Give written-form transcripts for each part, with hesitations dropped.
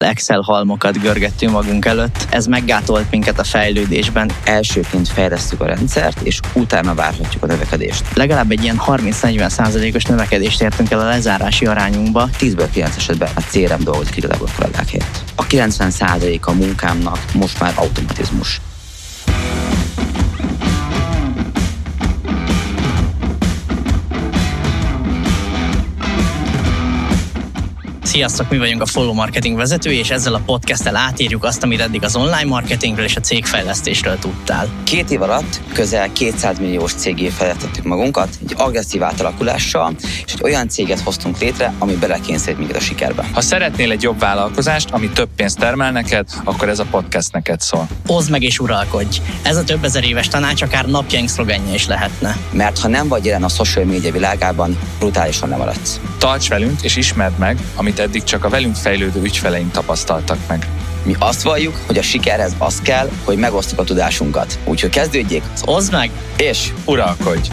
Excel halmokat görgettünk magunk előtt. Ez meggátolt minket a fejlődésben. Elsőként fejlesztjük a rendszert, és utána várhatjuk a növekedést. Legalább egy ilyen 30-40%-os növekedést értünk el a lezárási arányunkba. 10-ből 9 esetben a CRM dolgozik igazából a kollégák helyett. A 90% a munkámnak most már automatizmus. Sziasztok, mi vagyunk a Follow Marketing vezetői, és ezzel a podcasttel átírjuk azt, amit eddig az online marketingről és a cégfejlesztésről tudtál. 2 év alatt közel 200 milliós cégé fejlesztettük magunkat, egy agresszív átalakulással, és egy olyan céget hoztunk létre, ami belekényszerít minket a sikerbe. Ha szeretnél egy jobb vállalkozást, ami több pénzt termel neked, akkor ez a podcast neked szól. Oszd meg és uralkodj! Ez a több ezer éves tanács akár napjaink szlogenje is lehetne. Mert ha nem vagy jelen a social media világában, brutálisan lemaradsz. Tarts velünk és ismerd meg, amit eddig csak a velünk fejlődő ügyfeleink tapasztaltak meg. Mi azt valljuk, hogy a sikerhez az kell, hogy megosztjuk a tudásunkat. Úgyhogy kezdődjék! Oszd meg! És uralkodj!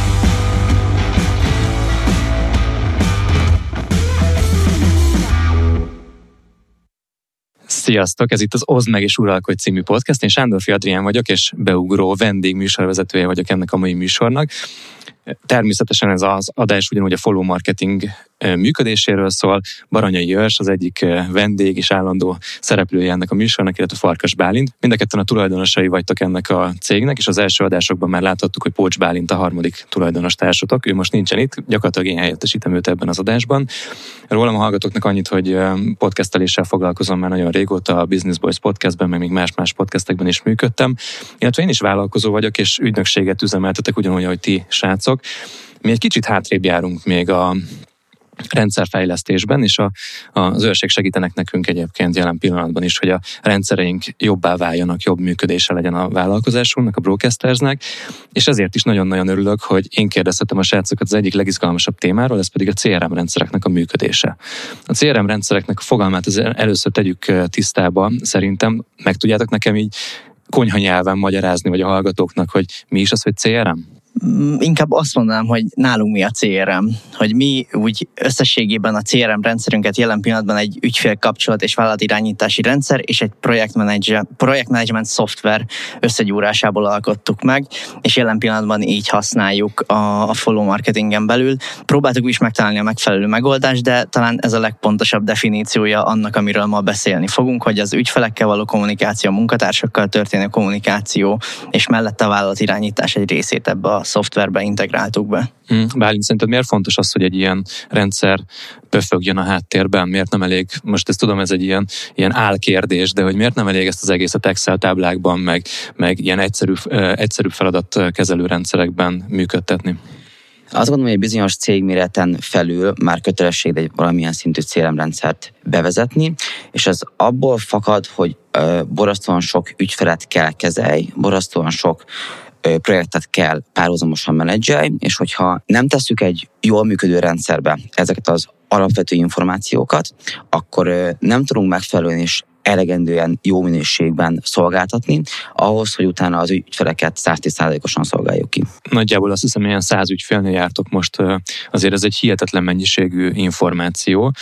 Sziasztok! Ez itt az Oszd meg és uralkodj című podcast. Én Sándorfi Adrián vagyok, és beugró vendégműsorvezetője vagyok ennek a mai műsornak. Természetesen ez az adás ugyanúgy a follow marketing működéséről szól. Baranyai Őrs az egyik vendég és állandó szereplője ennek a műsornak, illetve Farkas Bálint. Mind a ketten a tulajdonosai vagytok ennek a cégnek, és az első adásokban már láthattuk, hogy Pócs Bálint a harmadik tulajdonos társatok. Ő most nincsen itt, gyakorlatilag én helyettesítem őt ebben az adásban. Rólam a hallgatóknak annyit, hogy podcasteléssel foglalkozom már nagyon régóta, a Business Boys podcastben, meg még más podcastekben is működtem. Illetve én is vállalkozó vagyok, és ügynökséget üzemeltetek ugyanúgy, ahogy ti srácok. Mi egy kicsit hátrébb járunk még a rendszerfejlesztésben, és az őrség segítenek nekünk egyébként jelen pillanatban is, hogy a rendszereink jobbá váljanak, jobb működése legyen a vállalkozásunknak, a Broadcastersnek, és ezért is nagyon-nagyon örülök, hogy én kérdezhetem a srácokat az egyik legizgalmasabb témáról, ez pedig a CRM rendszereknek a működése. A CRM rendszereknek a fogalmát először tegyük tisztába, szerintem meg tudjátok nekem így konyhanyelven magyarázni, vagy a hallgatóknak, hogy mi is az, hogy CRM? Inkább azt mondanám, hogy nálunk mi a CRM, hogy mi úgy összességében a CRM rendszerünket jelen pillanatban egy ügyfélkapcsolat és vállalatirányítási rendszer és egy projektmenedzsment szoftver összegyúrásából alkottuk meg, és jelen pillanatban így használjuk a follow marketingen belül. Próbáltuk is megtalálni a megfelelő megoldást, de talán ez a legpontosabb definíciója annak, amiről ma beszélni fogunk, hogy az ügyfelekkel való kommunikáció, a munkatársakkal történő kommunikáció, és mellette a vállalatirányítás egy részét ebbe a szoftverbe integráltuk be. Bálint, szerinted miért fontos az, hogy egy ilyen rendszer pöfögjön a háttérben? Miért nem elég, most ezt tudom, ez egy ilyen álkérdés, de hogy miért nem elég ezt az egészet Excel táblákban, meg ilyen egyszerűbb feladatkezelő rendszerekben működtetni? Azt gondolom, hogy egy bizonyos cégméreten felül már kötelesség egy valamilyen szintű CRM rendszert bevezetni, és ez abból fakad, hogy borzasztóan sok ügyfelet kell kezelj, borzasztóan sok projektet kell párhuzamosan menedzselj, és hogyha nem tesszük egy jól működő rendszerbe ezeket az alapvető információkat, akkor nem tudunk megfelelően és elegendően jó minőségben szolgáltatni, ahhoz, hogy utána az ügyfeleket 110%-osan szolgáljuk ki. Nagyjából azt hiszem, ilyen 100 ügyfélnél jártok most, azért ez egy hihetetlen mennyiségű információ,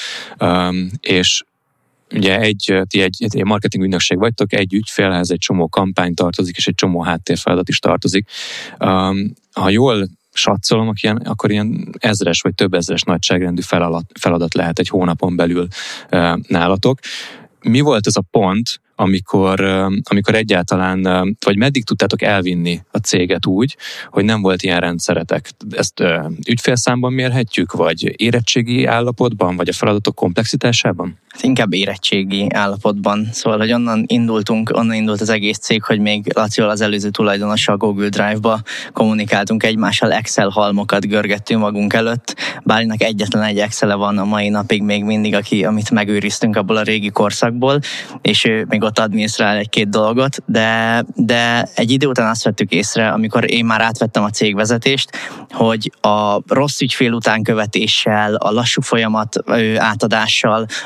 és ugye ti egy marketing ügynökség vagytok, egy ügyfélhez egy csomó kampány tartozik, és egy csomó háttérfeladat is tartozik. Ha jól satszolom, akkor ilyen 1000-es vagy több ezeres nagyságrendű feladat lehet egy hónapon belül nálatok. Mi volt ez a pont, amikor egyáltalán, vagy meddig tudtátok elvinni a céget úgy, hogy nem volt ilyen rendszeretek? Ezt ügyfélszámban mérhetjük, vagy érettségi állapotban, vagy a feladatok komplexitásában? Inkább érettségi állapotban. Szóval, hogy onnan indult az egész cég, hogy még Lacival, az előző tulajdonossal Google Drive-ba kommunikáltunk egymással, Excel halmokat görgettünk magunk előtt. Bálintnak egyetlen egy Excel-e van a mai napig még mindig, amit megőriztünk abból a régi korszakból, és ő még ott adminisztrál egy-két dolgot, de egy idő után azt vettük észre, amikor én már átvettem a cégvezetést, hogy a rossz ügyfél utánkövetéssel, a lassú folyamat átadással, a rossz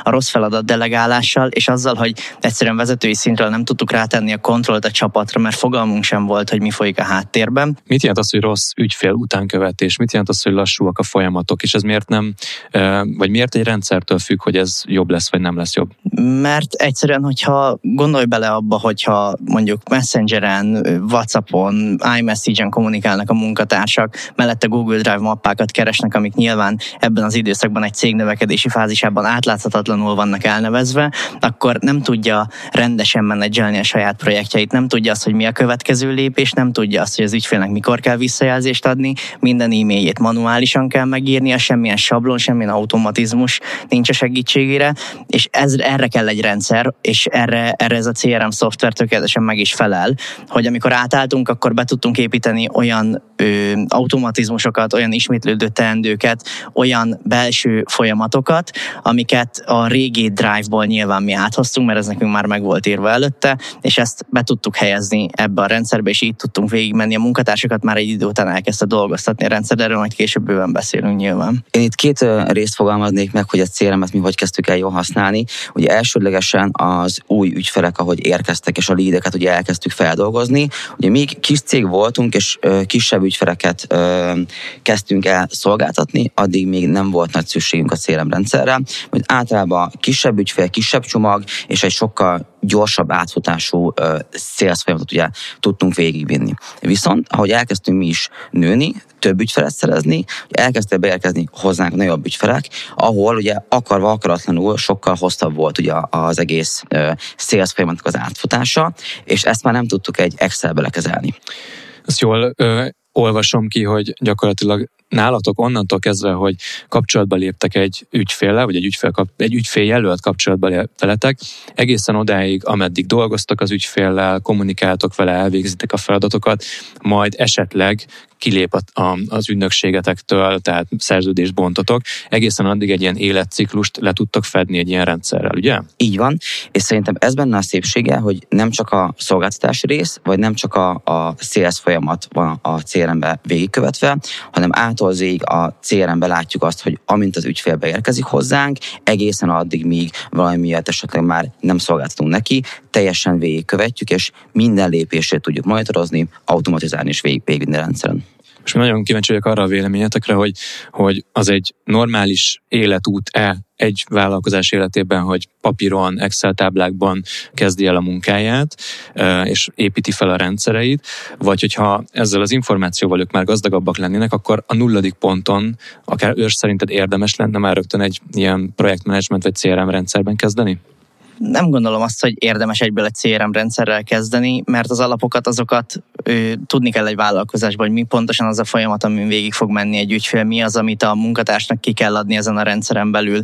feladatdelegálással, és azzal, hogy egyszerűen vezetői szintről nem tudtuk rátenni a kontrollt a csapatra, mert fogalmunk sem volt, hogy mi folyik a háttérben. Mit jelent az, hogy rossz ügyfél utánkövetés? Mit jelent az, hogy lassúak a folyamatok? És ez miért nem, vagy miért egy rendszertől függ, hogy ez jobb lesz, vagy nem lesz jobb? Mert egyszerűen, hogyha gondolj bele abba, hogyha mondjuk Messengeren, WhatsAppon, iMessage-en kommunikálnak a munkatársak, mellette Google Drive mappákat keresnek, amik nyilván ebben az időszakban egy cég növekedési fázisában átláthatatlanul vannak elnevezve, akkor nem tudja rendesen menedzselni a saját projektjeit, nem tudja azt, hogy mi a következő lépés, nem tudja azt, hogy az ügyfélnek mikor kell visszajelzést adni, minden e-mailjét manuálisan kell megírnia, semmilyen sablon, semmilyen automatizmus nincs a segítségére, és erre kell egy rendszer, és erre ez a CRM szoftver tökéletesen meg is felel, hogy amikor átálltunk, akkor be tudtunk építeni olyan automatizmusokat, olyan ismétlődő teendőket, olyan belső folyamatokat, amiket a régi Drive-ból nyilván mi áthoztunk, mert ez nekünk már meg volt írva előtte, és ezt be tudtuk helyezni ebbe a rendszerbe, és így tudtunk végigmenni. A munkatársakat már egy idő után elkezdte dolgoztatni a rendszer, de erről majd később bőven beszélünk nyilván. Én itt két részt fogalmaznék meg, hogy a CRM-et mi hogy kezdtük el jól használni. Ugye elsődlegesen az új ügyfelek, ahogy érkeztek, és a leadeket ugye elkezdtük feldolgozni. Ugye még kis cég voltunk, és kisebb ügyfeleket kezdtünk el szolgáltatni, addig még nem volt nagy szükségünk a CRM rendszerre, hogy általában kisebb ügyfél, kisebb csomag, és egy sokkal gyorsabb átfutású sales folyamatot ugye tudtunk végigvinni. Viszont, ahogy elkezdtünk mi is nőni, több ügyfelet szerezni, elkezdtek beérkezni hozzánk nagyobb ügyfelek, ahol ugye akarva akaratlanul sokkal hosszabb volt ugye az egész sales folyamatnak az átfutása, és ezt már nem tudtuk egy Excelbe lekezelni. Ezt jól olvasom ki, hogy gyakorlatilag nálatok onnantól kezdve, hogy kapcsolatba léptek egy ügyféllel, vagy egy ügyféljelölt kapcsolatba veletek, egészen odáig, ameddig dolgoztak az ügyféllel, kommunikáltok vele, elvégzitek a feladatokat, majd esetleg kilép az ügynökségetektől, tehát szerződést bontotok, egészen addig egy ilyen életciklust le tudtok fedni egy ilyen rendszerrel, ugye? Így van, és szerintem ez benne a szépsége, hogy nem csak a szolgáltatási rész, vagy nem csak a sales folyamat van a CRM-be végigkövetve, hanem ától zéig a CRM-be látjuk azt, hogy amint az ügyfél beérkezik hozzánk, egészen addig, míg valami miatt esetleg már nem szolgáltatunk neki, teljesen végigkövetjük, és minden lépését tudjuk monitorozni, automatizálni és végigvinni a rendszeren. És nagyon kíváncsi vagyok arra a véleményetekre, hogy az egy normális életút-e egy vállalkozás életében, hogy papíron, Excel táblákban kezdi el a munkáját, és építi fel a rendszereit, vagy hogyha ezzel az információval ők már gazdagabbak lennének, akkor a 0. ponton akár szerinted érdemes lenne már rögtön egy ilyen projektmenedzsment vagy CRM rendszerben kezdeni? Nem gondolom azt, hogy érdemes egyből egy CRM rendszerrel kezdeni, mert az alapokat, azokat tudni kell egy vállalkozásban, hogy mi pontosan az a folyamat, amin végig fog menni egy ügyfél, mi az, amit a munkatársnak ki kell adni ezen a rendszeren belül.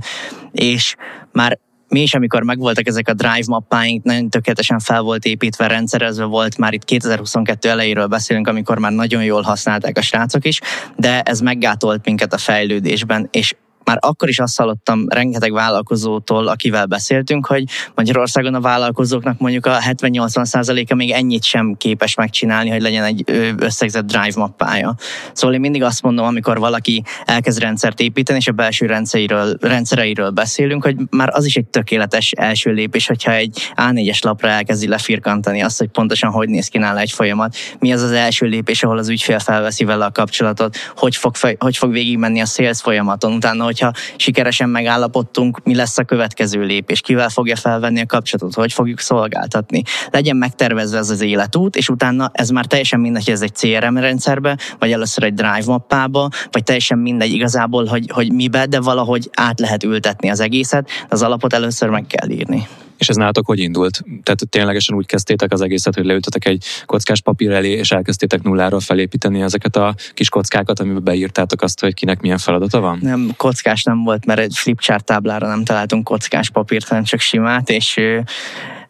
És már mi is, amikor megvoltak ezek a drive mappáink, nagyon tökéletesen fel volt építve, rendszerezve volt, már itt 2022 elejéről beszélünk, amikor már nagyon jól használták a srácok is, de ez meggátolt minket a fejlődésben, és már akkor is azt hallottam rengeteg vállalkozótól, akivel beszéltünk, hogy Magyarországon a vállalkozóknak mondjuk a 70-80%-a még ennyit sem képes megcsinálni, hogy legyen egy összegzett drive mappája. Szóval én mindig azt mondom, amikor valaki elkezd rendszert építeni, és a belső rendszereiről beszélünk, hogy már az is egy tökéletes első lépés, hogyha egy A4-es lapra elkezdi lefirkantani azt, hogy pontosan hogy néz ki nála egy folyamat, mi az az első lépés, ahol az ügyfél felveszi vele a kapcsolatot, hogy fog végigmenni a sales folyamaton, utána, hogyha sikeresen megállapodtunk, mi lesz a következő lépés, kivel fogja felvenni a kapcsolatot, hogy fogjuk szolgáltatni. Legyen megtervezve ez az életút, és utána ez már teljesen mindegy, hogy ez egy CRM rendszerbe, vagy először egy Drive mappába, vagy teljesen mindegy igazából, hogy mibe, de valahogy át lehet ültetni az egészet, az alapot először meg kell írni. És ez nálatok hogy indult? Tehát ténylegesen úgy kezdtétek az egészet, hogy leültetek egy kockás papír elé, és elkezdtétek nulláról felépíteni ezeket a kis kockákat, amiben beírtátok azt, hogy kinek milyen feladata van? Nem, kockás nem volt, mert egy flipchart táblára nem találtunk kockás papírt, hanem csak simát, és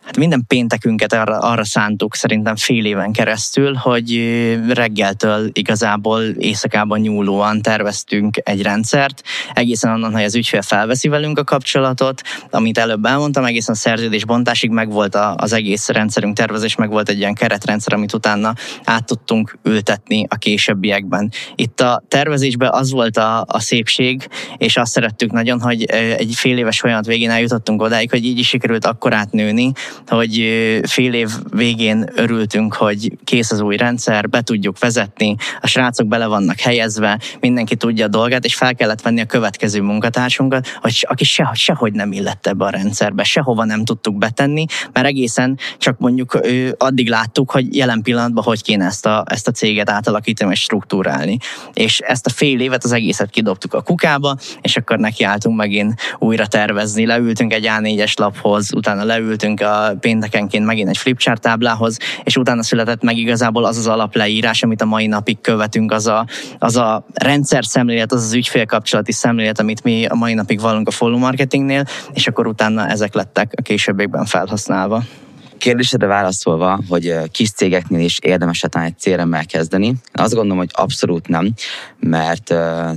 Hát minden péntekünket arra szántuk szerintem fél éven keresztül, hogy reggeltől igazából éjszakában nyúlóan terveztünk egy rendszert, egészen onnan, hogy az ügyfél felveszi velünk a kapcsolatot, amit előbb elmondtam, egészen a szerződésbontásig megvolt az egész rendszerünk tervezés, megvolt egy ilyen keretrendszer, amit utána át tudtunk ültetni a későbbiekben. Itt a tervezésben az volt a szépség, és azt szerettük nagyon, hogy egy fél éves folyamat végén eljutottunk odáig, hogy így is sikerült akkor átnőni, hogy fél év végén örültünk, hogy kész az új rendszer, be tudjuk vezetni, a srácok bele vannak helyezve, mindenki tudja a dolgát, és fel kellett venni a következő munkatársunkat, aki sehogy nem illett ebbe a rendszerbe, sehova nem tudtuk betenni, mert egészen csak mondjuk addig láttuk, hogy jelen pillanatban hogy kéne ezt a céget átalakítani és struktúrálni. És ezt a fél évet az egészet kidobtuk a kukába, és akkor nekiálltunk megint újra tervezni. Leültünk egy A4-es laphoz, utána leültünk a péntekenként megint egy flipchart táblához, és utána született meg igazából az alapleírás, amit a mai napig követünk, az a rendszer szemlélet, az ügyfélkapcsolati szemlélet, amit mi a mai napig vallunk a follow marketingnél, és akkor utána ezek lettek a későbbiekben felhasználva. Kérdésedre válaszolva, hogy kis cégeknél is érdemes egy CRM-mel kezdeni. Azt gondolom, hogy abszolút nem, mert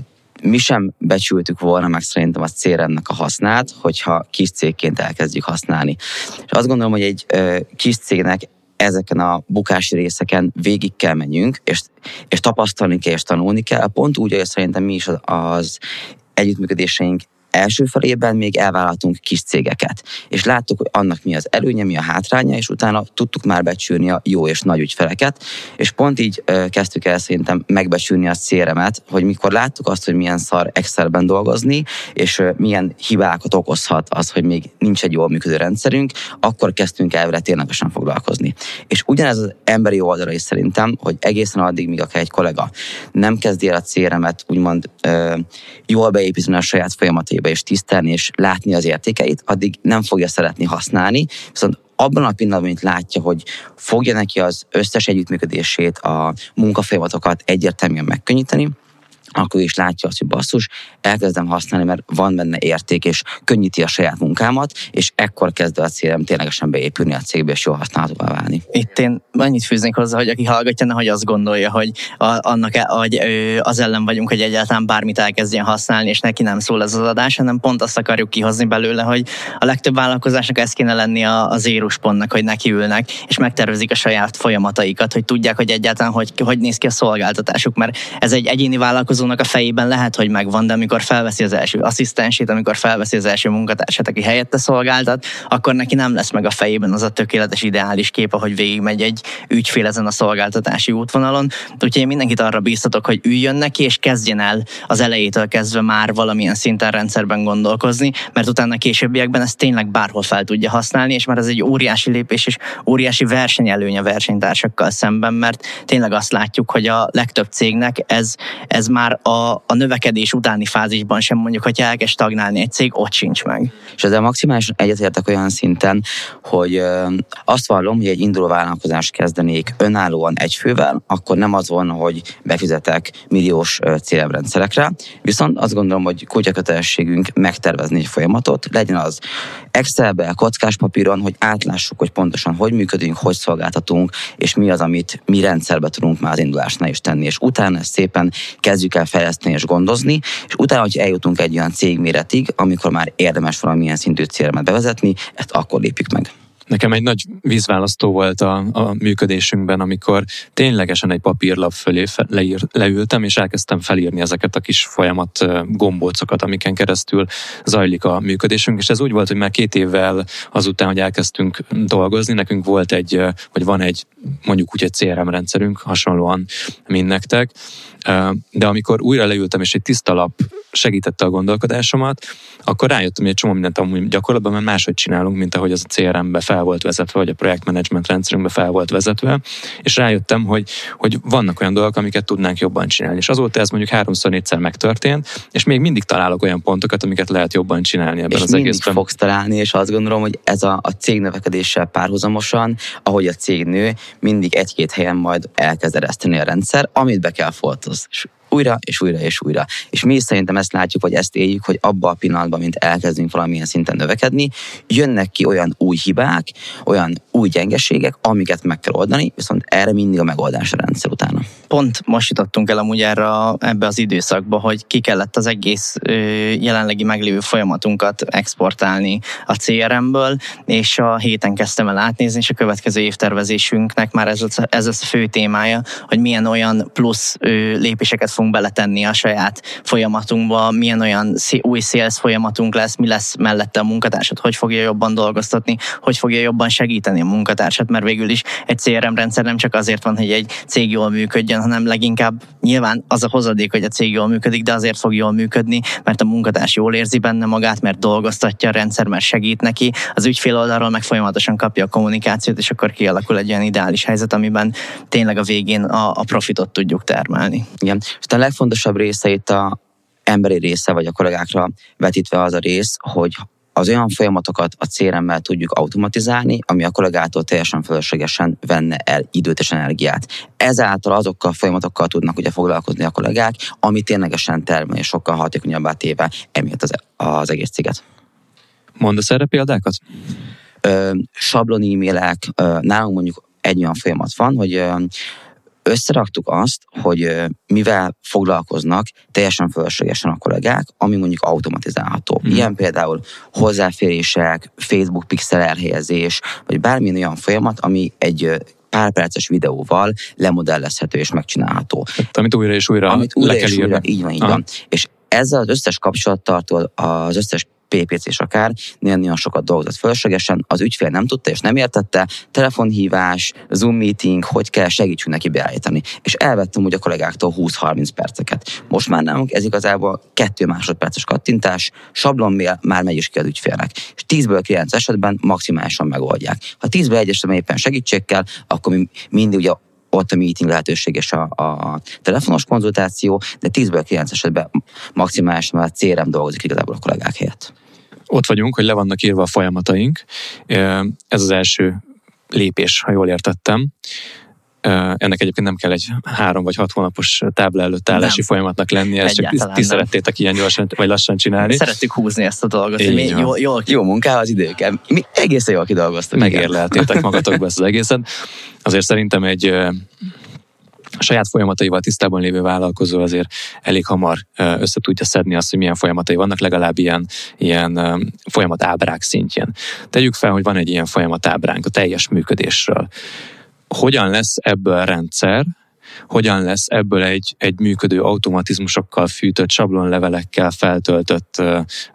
mi sem becsültük volna meg szerintem a CRM-nek a hasznát, hogyha kis cégként elkezdjük használni. És azt gondolom, hogy egy kis cégnek ezeken a bukási részeken végig kell menjünk, és tapasztalni kell, és tanulni kell. Pont úgy, hogy szerintem mi is az együttműködéseink első felében még elvállaltunk kis cégeket, és láttuk, hogy annak mi az előnye, mi a hátránya, és utána tudtuk már becsülni a jó és nagy ügyfeleket, és pont így kezdtük el szerintem megbecsülni a CRM-et, hogy mikor láttuk azt, hogy milyen szar Excelben dolgozni, és milyen hibákat okozhat az, hogy még nincs egy jól működő rendszerünk, akkor kezdtünk el vele ténylegesen foglalkozni. És ugyanez az emberi oldalra is szerintem, hogy egészen addig, míg akár egy kollega nem kezdi el a CRM-et úgymond jól beépíteni a saját folyamataiba, és tisztelni, és látni az értékeit, addig nem fogja szeretni használni, viszont abban a pillanatban, mint látja, hogy fogja neki az összes együttműködését, a munkafolyamatokat egyértelműen megkönnyíteni, akkor is látja azt, hogy basszus, elkezdem használni, mert van benne érték, és könnyíti a saját munkámat, és ekkor kezd a CRM ténylegesen beépülni a cégbe, és jól használhatóvá válni. Itt én annyit fűznék hozzá, hogy aki hallgatja, nehogy azt gondolja, hogy az ellen vagyunk, hogy egyáltalán bármit elkezdjen használni, és neki nem szól ez az adás, hanem pont azt akarjuk kihozni belőle, hogy a legtöbb vállalkozásnak ez kéne lenni a zéruspontnak, hogy nekiülnek, és megtervezik a saját folyamataikat, hogy tudják, hogy egyáltalán hogy néz ki a szolgáltatásuk, mert ez egy egyéni vállalkozónak a fejében lehet, hogy megvan, de amikor felveszi az első asszisztensét, amikor felveszi az első munkatársát, aki helyette szolgáltat, akkor neki nem lesz meg a fejében az a tökéletes ideális kép, ahogy végigmegy egy ügyfél ezen a szolgáltatási útvonalon. Úgyhogy én mindenkit arra bíztatok, hogy üljön neki, és kezdjen el az elejétől kezdve már valamilyen szinten rendszerben gondolkozni, mert utána későbbiekben ezt tényleg bárhol fel tudja használni, és már ez egy óriási lépés, és óriási versenyelőny a versenytársakkal szemben, mert tényleg azt látjuk, hogy a legtöbb cégnek ez már a növekedés utáni fázisban sem, mondjuk, hogyha elkezd stagnálni egy cég, ott sincs meg. És ezzel maximálisan egyetértek olyan szinten, hogy azt vallom, hogy egy induló vállalkozás kezdenék önállóan egy fővel, akkor nem az volna, hogy befizetek milliós CRM rendszerekre, viszont azt gondolom, hogy kutyakötelességünk megtervezni egy folyamatot, legyen az Excelbe, kockás papíron, hogy átlássuk, hogy pontosan hogy működünk, hogy szolgáltatunk, és mi az, amit mi rendszerbe tudunk már az indulásnál is tenni, és utána ezt szépen kezdjük el fejleszteni és gondozni, és utána, hogy eljutunk egy olyan cégméretig, amikor már érdemes valamilyen szintű CRM-et bevezetni, ezt akkor lépjük meg. Nekem egy nagy vízválasztó volt a működésünkben, amikor ténylegesen egy papírlap fölé leültem, és elkezdtem felírni ezeket a kis folyamat gombócokat, amiken keresztül zajlik a működésünk, és ez úgy volt, hogy már 2 évvel azután, hogy elkezdtünk dolgozni, nekünk volt van egy mondjuk úgy egy CRM rendszerünk, hasonlóan, mint nektek, de amikor újra leültem, és egy tiszta lap segítette a gondolkodásomat, akkor rájöttem, hogy egy csomó mindent amúgy gyakorlatban már máshogy csinálunk, mint ahogy az a CRM-be fel volt vezetve, vagy a projektmenedzsment rendszerünkbe fel volt vezetve, és rájöttem, hogy vannak olyan dolgok, amiket tudnánk jobban csinálni. És azóta ez mondjuk 3-4-szer megtörtént, és még mindig találok olyan pontokat, amiket lehet jobban csinálni ebben és az egészben. És fogsz találni, és azt gondolom, hogy ez a cég növekedéssel párhuzamosan, ahogy a cég nő, mindig 1-2 helyen majd elkezd ereszteni a rendszer, amit be kell foltozni. újra, és újra, és újra. És mi is szerintem ezt látjuk, vagy ezt éljük, hogy abban a pillanatban, mint elkezdünk valamilyen szinten növekedni, jönnek ki olyan új hibák, olyan új gyengeségek, amiket meg kell oldani, viszont erre mindig a megoldás a rendszer utána. Pont most jutottunk el amúgy ebbe az időszakba, hogy ki kellett az egész jelenlegi meglévő folyamatunkat exportálni a CRM-ből, és a héten kezdtem el átnézni, és a következő évtervezésünknek már ez a fő témája, hogy milyen olyan plusz lépéseket fogunk beletenni a saját folyamatunkba, milyen olyan új sales folyamatunk lesz, mi lesz mellette a munkatársat, hogy fogja jobban dolgoztatni, hogy fogja jobban segíteni a munkatársat, mert végül is egy CRM rendszer nem csak azért van, hogy egy cég jól működjön, hanem leginkább nyilván az a hozadék, hogy a cég jól működik, de azért fog jól működni, mert a munkatárs jól érzi benne magát, mert dolgoztatja a rendszer, mert segít neki, az ügyfél oldalról meg folyamatosan kapja a kommunikációt, és akkor kialakul egy olyan ideális helyzet, amiben tényleg a végén a profitot tudjuk termelni. Igen. És a legfontosabb része itt a emberi része, vagy a kollégákra vetítve az a rész, hogy az olyan folyamatokat a CRM-mel tudjuk automatizálni, ami a kollégától teljesen fölöslegesen venne el időt és energiát. Ezáltal azokkal a folyamatokkal tudnak ugye foglalkozni a kollégák, ami ténylegesen termel és sokkal hatékonyabbá téve emiatt az egész céget. Mondasz erre példákat? Sablon e-mailek, nálunk mondjuk egy olyan folyamat van, hogy összeraktuk azt, hogy mivel foglalkoznak teljesen fölöslegesen a kollégák, ami mondjuk automatizálható. Ilyen például hozzáférések, Facebook pixel elhelyezés, vagy bármilyen olyan folyamat, ami egy pár perces videóval lemodellezhető és megcsinálható. Amit újra és újra le kell írni. Így van. És ezzel az összes kapcsolattartó, az összes PPC-s akár, nagyon sokat dolgozott fölöslegesen, az ügyfél nem tudta és nem értette, telefonhívás, Zoom meeting, hogy kell, segítsünk neki beállítani. És elvettem úgy a kollégáktól 20-30 perceket. Most már nálunk ez igazából 2 másodperces kattintás, sablonmail már megy is ki az ügyfélnek. És 10-ből 9 esetben maximálisan megoldják. Ha 10-ből 1 esetben éppen segítség kell, akkor mi mindig ugye ott a meeting lehetőség és a telefonos konzultáció, de 10-ből 9 esetben maximálisan már a CRM dolgozik igazából a kollégák helyett. Ott vagyunk, hogy le vannak írva a folyamataink. Ez az első lépés, ha jól értettem. Ennek egyébként nem kell egy 3 vagy 6 hónapos tábla előtt állási folyamatnak lennie, ezt csak ti szerettétek ilyen gyorsan vagy lassan csinálni. Szerettük húzni ezt a dolgot. Jó munká az időkkel. Mi egészen jól kidolgoztuk. Megérleltétek magatokba ezt az egészet. Azért szerintem egy a saját folyamataival tisztában lévő vállalkozó azért elég hamar össze tudja szedni azt, hogy milyen folyamatai vannak, legalább ilyen folyamatábrák szintjén. Tegyük fel, hogy van egy ilyen folyamatábránk a teljes működésről. Hogyan lesz ebből rendszer, hogyan lesz ebből egy működő automatizmusokkal fűtött, sablonlevelekkel feltöltött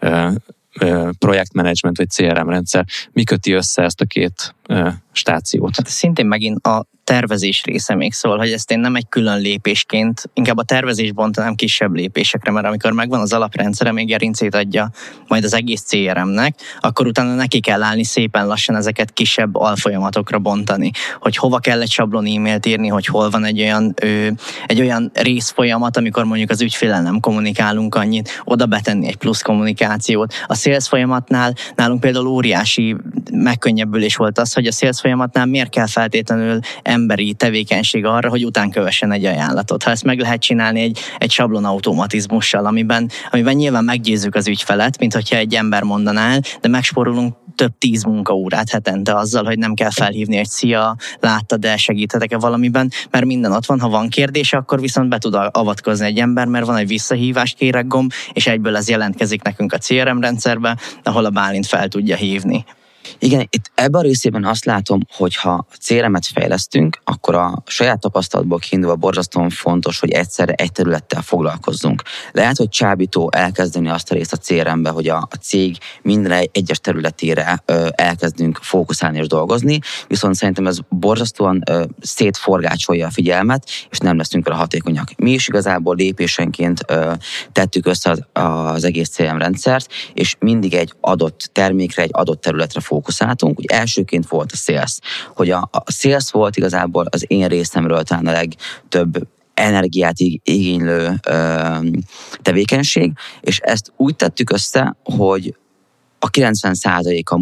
projektmenedzsment vagy CRM rendszer. Mi köti össze ezt a két stációt? Hát szintén megint a tervezés része még szól, hogy ezt én nem egy külön lépésként, inkább a tervezés bontanám kisebb lépésekre, mert amikor megvan az alaprendszere, még gerincét adja majd az egész CRM-nek, akkor utána neki kell állni szépen lassan ezeket kisebb alfolyamatokra bontani, hogy hova kell egy sablon e-mailt írni, hogy hol van egy olyan részfolyamat, amikor mondjuk az ügyféllel nem kommunikálunk annyit, oda betenni egy plusz kommunikációt. A sales folyamatnál nálunk például óriási megkönnyebbülés volt az, hogy a sales folyamatnál miért kell feltétlenül emberi tevékenység arra, hogy utánkövessen egy ajánlatot. Ha ezt meg lehet csinálni egy sablon automatizmussal, amiben nyilván meggyőzzük az ügyfelet, mint hogyha egy ember mondaná el, de megspórolunk több 10 munkaórát hetente azzal, hogy nem kell felhívni, hogy szia, láttad, de segíthetek-e valamiben, mert minden ott van, ha van kérdése, akkor viszont be tud avatkozni egy ember, mert van egy visszahívás kérek gomb, és egyből ez jelentkezik nekünk a CRM rendszerbe, ahol a Bálint fel tudja hívni. Igen, itt ebben a részében azt látom, hogy ha a CRM-et fejlesztünk, akkor a saját tapasztalatból kiindulva borzasztóan fontos, hogy egyszerre egy területtel foglalkozzunk. Lehet, hogy csábító elkezdeni azt a részt a CRM-be, hogy a cég minden egyes területére elkezdünk fókuszálni és dolgozni, viszont szerintem ez borzasztóan szétforgácsolja a figyelmet, és nem leszünk vele hatékonyak. Mi is igazából lépésenként tettük össze az egész CRM rendszert, és mindig egy adott termékre, egy adott területre fókuszáltunk. Ugye elsőként volt a sales, hogy a sales volt igazából az én részemről talán a legtöbb energiát igénylő tevékenység, és ezt úgy tettük össze, hogy a 90%-a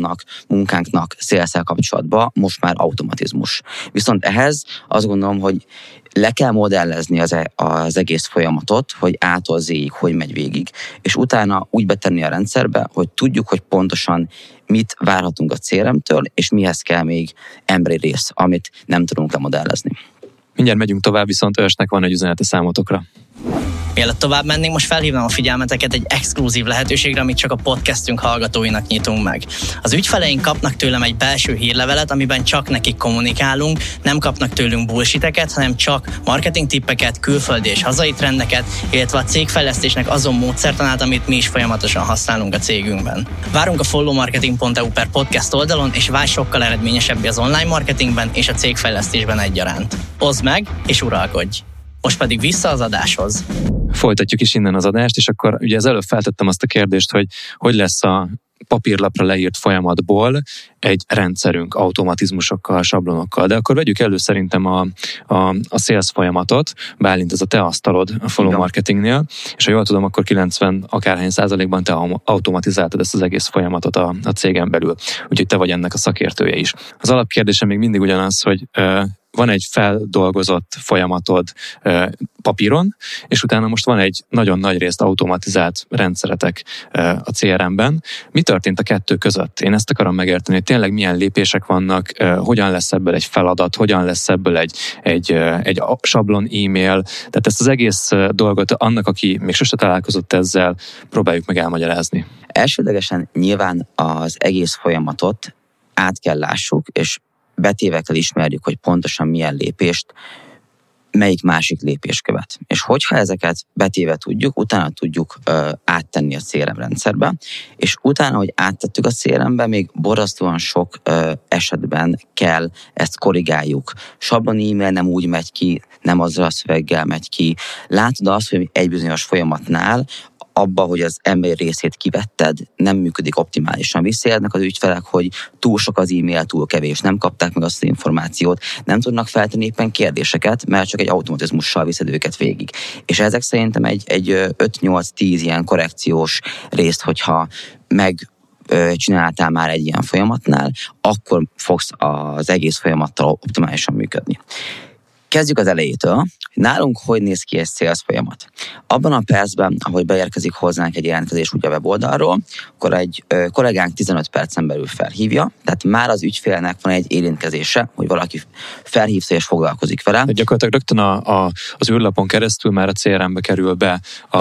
munkánknak szélszel kapcsolatban most már automatizmus. Viszont ehhez azt gondolom, hogy le kell modellezni az egész folyamatot, hogy A-tól Z-ig hogy megy végig, és utána úgy betenni a rendszerbe, hogy tudjuk, hogy pontosan mit várhatunk a CRM-től, és mihez kell még emberi rész, amit nem tudunk lemodellezni. Mindjárt megyünk tovább, viszont Ősnek van egy üzenete számotokra. Mielőtt tovább mennénk, most felhívnám a figyelmeteket egy exkluzív lehetőségre, amit csak a podcastünk hallgatóinak nyitunk meg. Az ügyfeleink kapnak tőlem egy belső hírlevelet, amiben csak nekik kommunikálunk, nem kapnak tőlünk bullshiteket, hanem csak marketing tippeket, külföldi és hazai trendeket, illetve a cégfejlesztésnek azon módszertanát, amit mi is folyamatosan használunk a cégünkben. Várunk a followmarketing.eu/podcast oldalon, és válj sokkal eredményesebbé az online marketingben és a cégfejlesztésben egyaránt. Oszd meg és uralkodj! Most pedig vissza az adáshoz. Folytatjuk is innen az adást, és akkor ugye az előbb feltettem azt a kérdést, hogy lesz a papírlapra leírt folyamatból egy rendszerünk automatizmusokkal, sablonokkal. De akkor vegyük elő szerintem a sales folyamatot, Bálint, ez a te asztalod a follow marketingnél, és ha jól tudom, akkor 90 akárhány százalékban te automatizáltad ezt az egész folyamatot a cégen belül. Úgyhogy te vagy ennek a szakértője is. Az alapkérdésem még mindig ugyanaz, hogy van egy feldolgozott folyamatod papíron, és utána most van egy nagyon nagy részt automatizált rendszeretek a CRM-ben. Mi történt a kettő között? Én ezt akarom megérteni, hogy tényleg milyen lépések vannak, hogyan lesz ebből egy feladat, hogyan lesz ebből egy sablon e-mail. Tehát ezt az egész dolgot annak, aki még sose találkozott ezzel, próbáljuk meg elmagyarázni. Elsődlegesen nyilván az egész folyamatot át kell lássuk, és betévekkel ismerjük, hogy pontosan milyen lépést, melyik másik lépés követ. És hogyha ezeket betéve tudjuk, utána tudjuk áttenni a CRM rendszerbe, és utána, hogy áttettük a CRM-be, még borzasztóan sok esetben kell ezt korrigáljuk. Sablon e-mail nem úgy megy ki, nem azzal a szöveggel megy ki. Látod azt, hogy egy bizonyos folyamatnál abba, hogy az ember részét kivetted, nem működik optimálisan. Visszajelznek az ügyfelek, hogy túl sok az e-mail, túl kevés, nem kapták meg azt az információt, nem tudnak feltenni éppen kérdéseket, mert csak egy automatizmussal viszed őket végig. És ezek szerintem egy 5-8-10 ilyen korrekciós részt, hogyha csináltál már egy ilyen folyamatnál, akkor fogsz az egész folyamattal optimálisan működni. Kezdjük az elejétől. Nálunk hogy néz ki egy sales folyamat? Abban a percben, ahogy beérkezik hozzánk egy jelentkezés úgy a weboldalról, akkor egy kollégánk 15 percen belül felhívja, tehát már az ügyfélnek van egy érintkezése, hogy valaki felhívta és foglalkozik vele. De gyakorlatilag rögtön az űrlapon keresztül már a CRM-be kerül be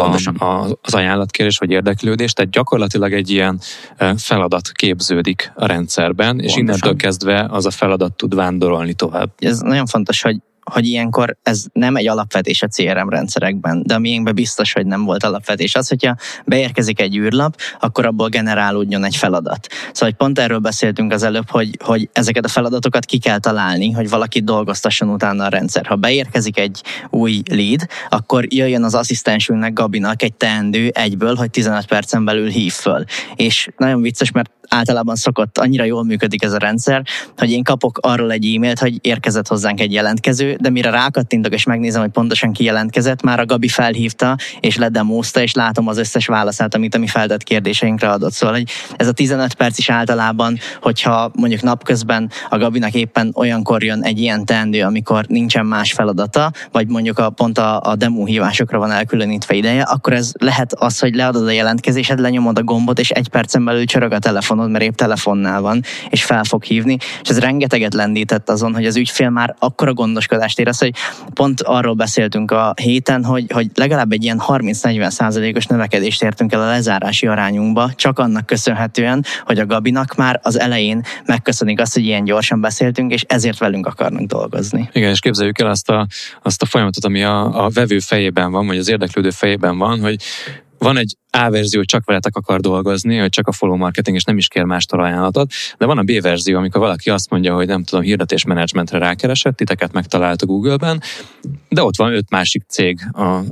az ajánlatkérés vagy érdeklődés, tehát gyakorlatilag egy ilyen feladat képződik a rendszerben, és Pontosan. Innentől kezdve az a feladat tud vándorolni tovább. Ez nagyon fontos, hogy ilyenkor ez nem egy alapvetés a CRM rendszerekben, de a miénkben biztos, hogy nem volt alapvetés. Az, hogyha beérkezik egy űrlap, akkor abból generálódjon egy feladat. Szóval hogy pont erről beszéltünk az előbb, hogy ezeket a feladatokat ki kell találni, hogy valaki dolgoztasson utána a rendszer. Ha beérkezik egy új lead, akkor jöjjön az asszisztensünknek, Gabinak egy teendő egyből, hogy 15 percen belül hív föl. És nagyon vicces, mert általában annyira jól működik ez a rendszer, hogy én kapok arról egy e-mailt, hogy érkezett hozzánk egy jelentkező, de mire rákattintok és megnézem, hogy pontosan ki jelentkezett, már a Gabi felhívta és ledemózta, és látom az összes válaszát, amit a mi feltett kérdéseinkre adott. Szóval, hogy ez a 15 perc is általában, hogyha mondjuk napközben a Gabinak éppen olyankor jön egy ilyen teendő, amikor nincsen más feladata, vagy mondjuk pont a demo hívásokra van elkülönítve ideje, akkor ez lehet az, hogy leadod a jelentkezésed, lenyomod a gombot, és 1 percen belül csörög a telefonod, mert épp telefonnál van, és fel fog hívni, és ez rengeteget lendített azon, hogy az ügyfél már akkora gondoskodást érez, hogy pont arról beszéltünk a héten, hogy legalább egy ilyen 30-40%-os növekedést értünk el a lezárási arányunkba, csak annak köszönhetően, hogy a Gabinak már az elején megköszönik azt, hogy ilyen gyorsan beszéltünk, és ezért velünk akarnak dolgozni. Igen, és képzeljük el azt a folyamatot, ami a vevő fejében van, vagy az érdeklődő fejében van, hogy van egy A verzió, hogy csak veletek akar dolgozni, hogy csak a follow marketing, és nem is kér mástól ajánlatot, de van a B verzió, amikor valaki azt mondja, hogy nem tudom, hirdetésmenedzsmentre rákeresett, titeket megtalált a Google-ben, de ott van 5 másik cég,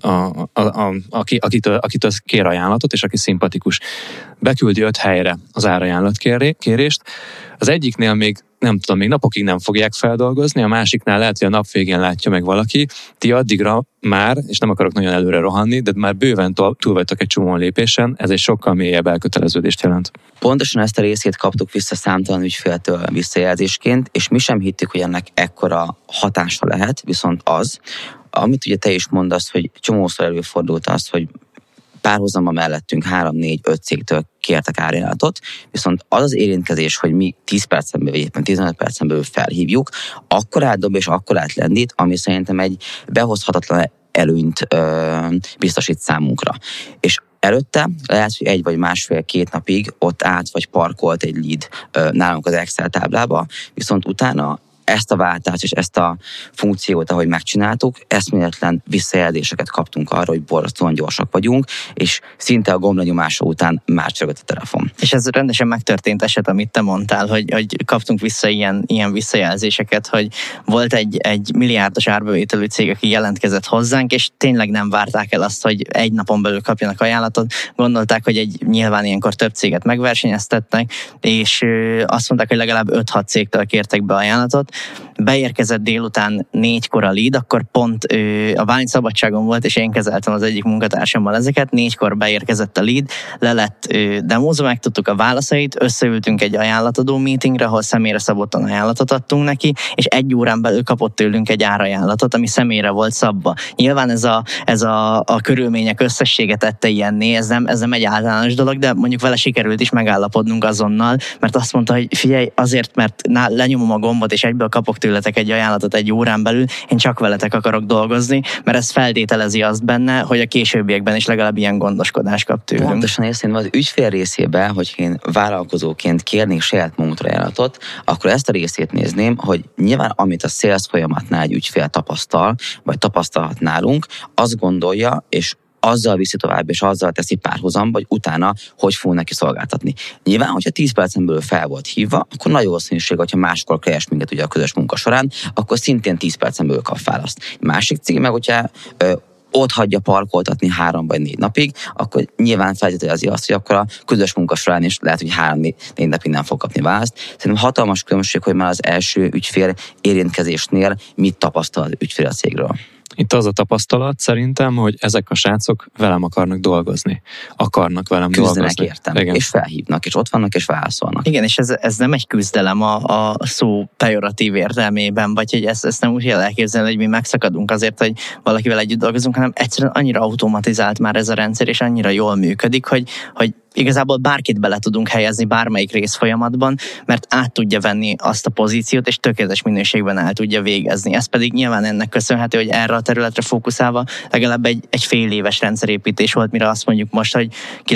akitől kér ajánlatot, és aki szimpatikus. Beküldi 5 helyre az árajánlatkérést. Az egyiknél még nem tudom, még napokig nem fogják feldolgozni, a másiknál lehet, hogy a nap végén látja meg valaki, ti addigra már, és nem akarok nagyon előre rohanni, de már bőven túl vagytok egy csomó lépésen, ez egy sokkal mélyebb elköteleződést jelent. Pontosan ezt a részét kaptuk vissza számtalan ügyféltől visszajelzésként, és mi sem hittük, hogy ennek ekkora hatása lehet, viszont az, amit ugye te is mondasz, hogy csomószor előfordult az, hogy párhuzamban mellettünk 3-4-5 cégtől kértek árajánlatot, viszont az az érintkezés, hogy mi 10 percen belül, éppen 15 percen belül felhívjuk, akkor átdob és akkor átlendít, ami szerintem egy behozhatatlan előnyt biztosít számunkra. És előtte lehet, hogy 1 vagy másfél-2 napig ott át vagy parkolt egy lead nálunk az Excel táblába, viszont utána ezt a váltást és ezt a funkciót, ahogy megcsináltuk, eszméletlen visszajelzéseket kaptunk arra, hogy borzasztóan gyorsak vagyunk, és szinte a gomblenyomása után már csörgött a telefon. És ez rendesen megtörtént eset, amit te mondtál, hogy kaptunk vissza ilyen visszajelzéseket, hogy volt egy milliárdos árbevételű cég, aki jelentkezett hozzánk, és tényleg nem várták el azt, hogy egy napon belül kapjanak ajánlatot. Gondolták, hogy nyilván ilyenkor több céget megversenyeztetnek, és azt mondták, hogy legalább 5-6 cégtől kértek be ajánlatot. Beérkezett délután 4-kor a lead, akkor pont a Bálint szabadságon volt, és én kezeltem az egyik munkatársammal ezeket. 4-kor beérkezett a lead, le lett demózva, megtudtuk a válaszait, összeültünk egy ajánlatadó meetingre, ahol személyre szabottan ajánlatot adtunk neki, és 1 órán belül kapott tőlünk egy árajánlatot, ami személyre volt szabva. Nyilván ez a körülmények összessége tette ilyenné, ez nem egy általános dolog, de mondjuk vele sikerült is megállapodnunk azonnal, mert azt mondta, hogy figyelj, azért, mert lenyomom a gombot, és egyből kapok tőletek egy ajánlatot 1 órán belül, én csak veletek akarok dolgozni, mert ez feltételezi azt benne, hogy a későbbiekben is legalább ilyen gondoskodást kap tőlünk. Pontosan én szerintem az ügyfél részében, hogy én vállalkozóként kérnék saját magunkra ajánlatot, akkor ezt a részét nézném, hogy nyilván amit a sales folyamatnál egy ügyfél tapasztal, vagy tapasztalhat nálunk, azt gondolja, és azzal viszi tovább, és azzal teszi párhuzamba, hogy utána hogy fog neki szolgáltatni. Nyilván, hogyha 10 percen belül fel volt hívva, akkor nagy valószínűség, hogyha máskor keres minket ugye a közös munka során, akkor szintén 10 percen belül kap választ. Másik cég meg, hogyha ott hagyja parkoltatni 3 vagy 4 napig, akkor nyilván feltételezi azt, hogy akkor a közös munka során is lehet, hogy 3-4 napig nem fog kapni választ. Szerintem hatalmas különbség, hogy már az első ügyfél érintkezésnél mit tapasztal az ügyfél a cégről. Itt az a tapasztalat szerintem, hogy ezek a srácok velem akarnak dolgozni. Akarnak velem dolgozni. Értem. Igen. És felhívnak, és ott vannak, és válaszolnak. Igen, és ez nem egy küzdelem a szó pejoratív értelmében, vagy hogy ezt nem úgy kell elképzelni, hogy mi megszakadunk azért, hogy valakivel együtt dolgozunk, hanem egyszerűen annyira automatizált már ez a rendszer, és annyira jól működik, hogy igazából bárkit bele tudunk helyezni bármelyik részfolyamatban, mert át tudja venni azt a pozíciót, és tökéletes minőségben el tudja végezni. Ez pedig nyilván ennek köszönhető, hogy erre a területre fókuszálva legalább egy fél éves rendszerépítés volt, mire azt mondjuk most, hogy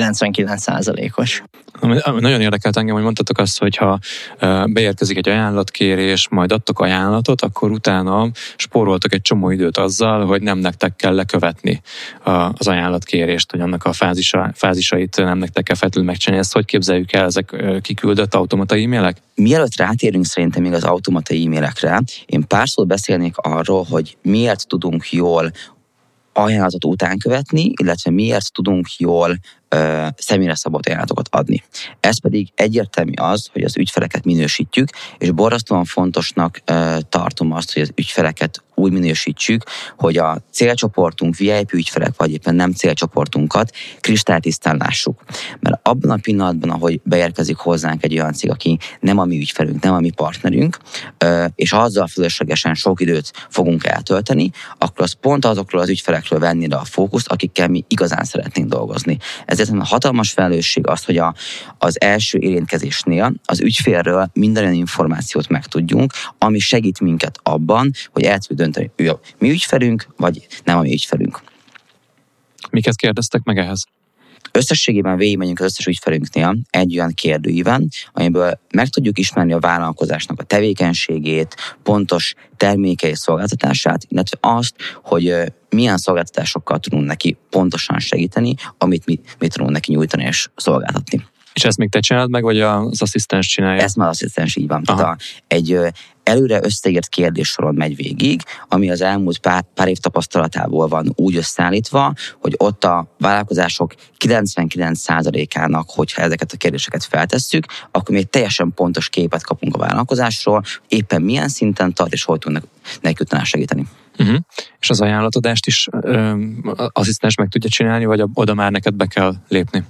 99%-os. Nagyon érdekelt engem, hogy mondtatok azt, hogy ha beérkezik egy ajánlatkérés, majd adtok ajánlatot, akkor utána spóroltok egy csomó időt azzal, hogy nem nektek kell lekövetni az ajánlatkérést, hogy annak a fázisait nem nektek kell feltétlenül megcsinálni. Ezt hogy képzeljük el, ezek kiküldött automata e-mailek? Mielőtt rátérünk szerintem még az automata e-mailekre, én pár szót beszélnék arról, hogy miért tudunk jól ajánlatot után követni, illetve miért tudunk jól személyre szabott ajánlatokat adni. Ez pedig egyértelmű az, hogy az ügyfeleket minősítjük, és borzasztóan fontosnak tartom azt, hogy az ügyfeleket úgy minősítsük, hogy a célcsoportunk, VIP ügyfelek, vagy éppen nem célcsoportunkat kristálytisztán lássuk. Mert abban a pillanatban, ahogy beérkezik hozzánk egy olyan cég, aki nem a mi ügyfelünk, nem a mi partnerünk, és azzal fölöslegesen sok időt fogunk eltölteni, akkor az pont azokról az ügyfelekről venni le a fókuszt, akikkel mi igazán szeretnénk dolgozni. Ezért a hatalmas felelősség az, hogy az első érintkezésnél az ügyfélről minden olyan információt megtudjunk, ami segít minket abban, hogy el tudjuk dönteni, hogy ő a mi ügyfelünk, vagy nem a mi ügyfelünk. Miket kérdeztek meg ehhez? Összességében végigmegyünk az összes ügyfelünknél egy olyan kérdőíven, amiből meg tudjuk ismerni a vállalkozásnak a tevékenységét, pontos termékei szolgáltatását, illetve azt, hogy milyen szolgáltatásokkal tudunk neki pontosan segíteni, amit mi tudunk neki nyújtani és szolgáltatni. És ezt még te csinálod meg, vagy az asszisztens csinálja? Ezt már az asszisztens így van. Egy előre összeírt kérdéssoron megy végig, ami az elmúlt pár év tapasztalatából van úgy összeállítva, hogy ott a vállalkozások 99%-ának, hogyha ezeket a kérdéseket feltesszük, akkor még teljesen pontos képet kapunk a vállalkozásról, éppen milyen szinten tart, és hogy tudnak neki utána segíteni. És az ajánlatodást is asszisztens meg tudja csinálni, vagy oda már neked be kell lépni?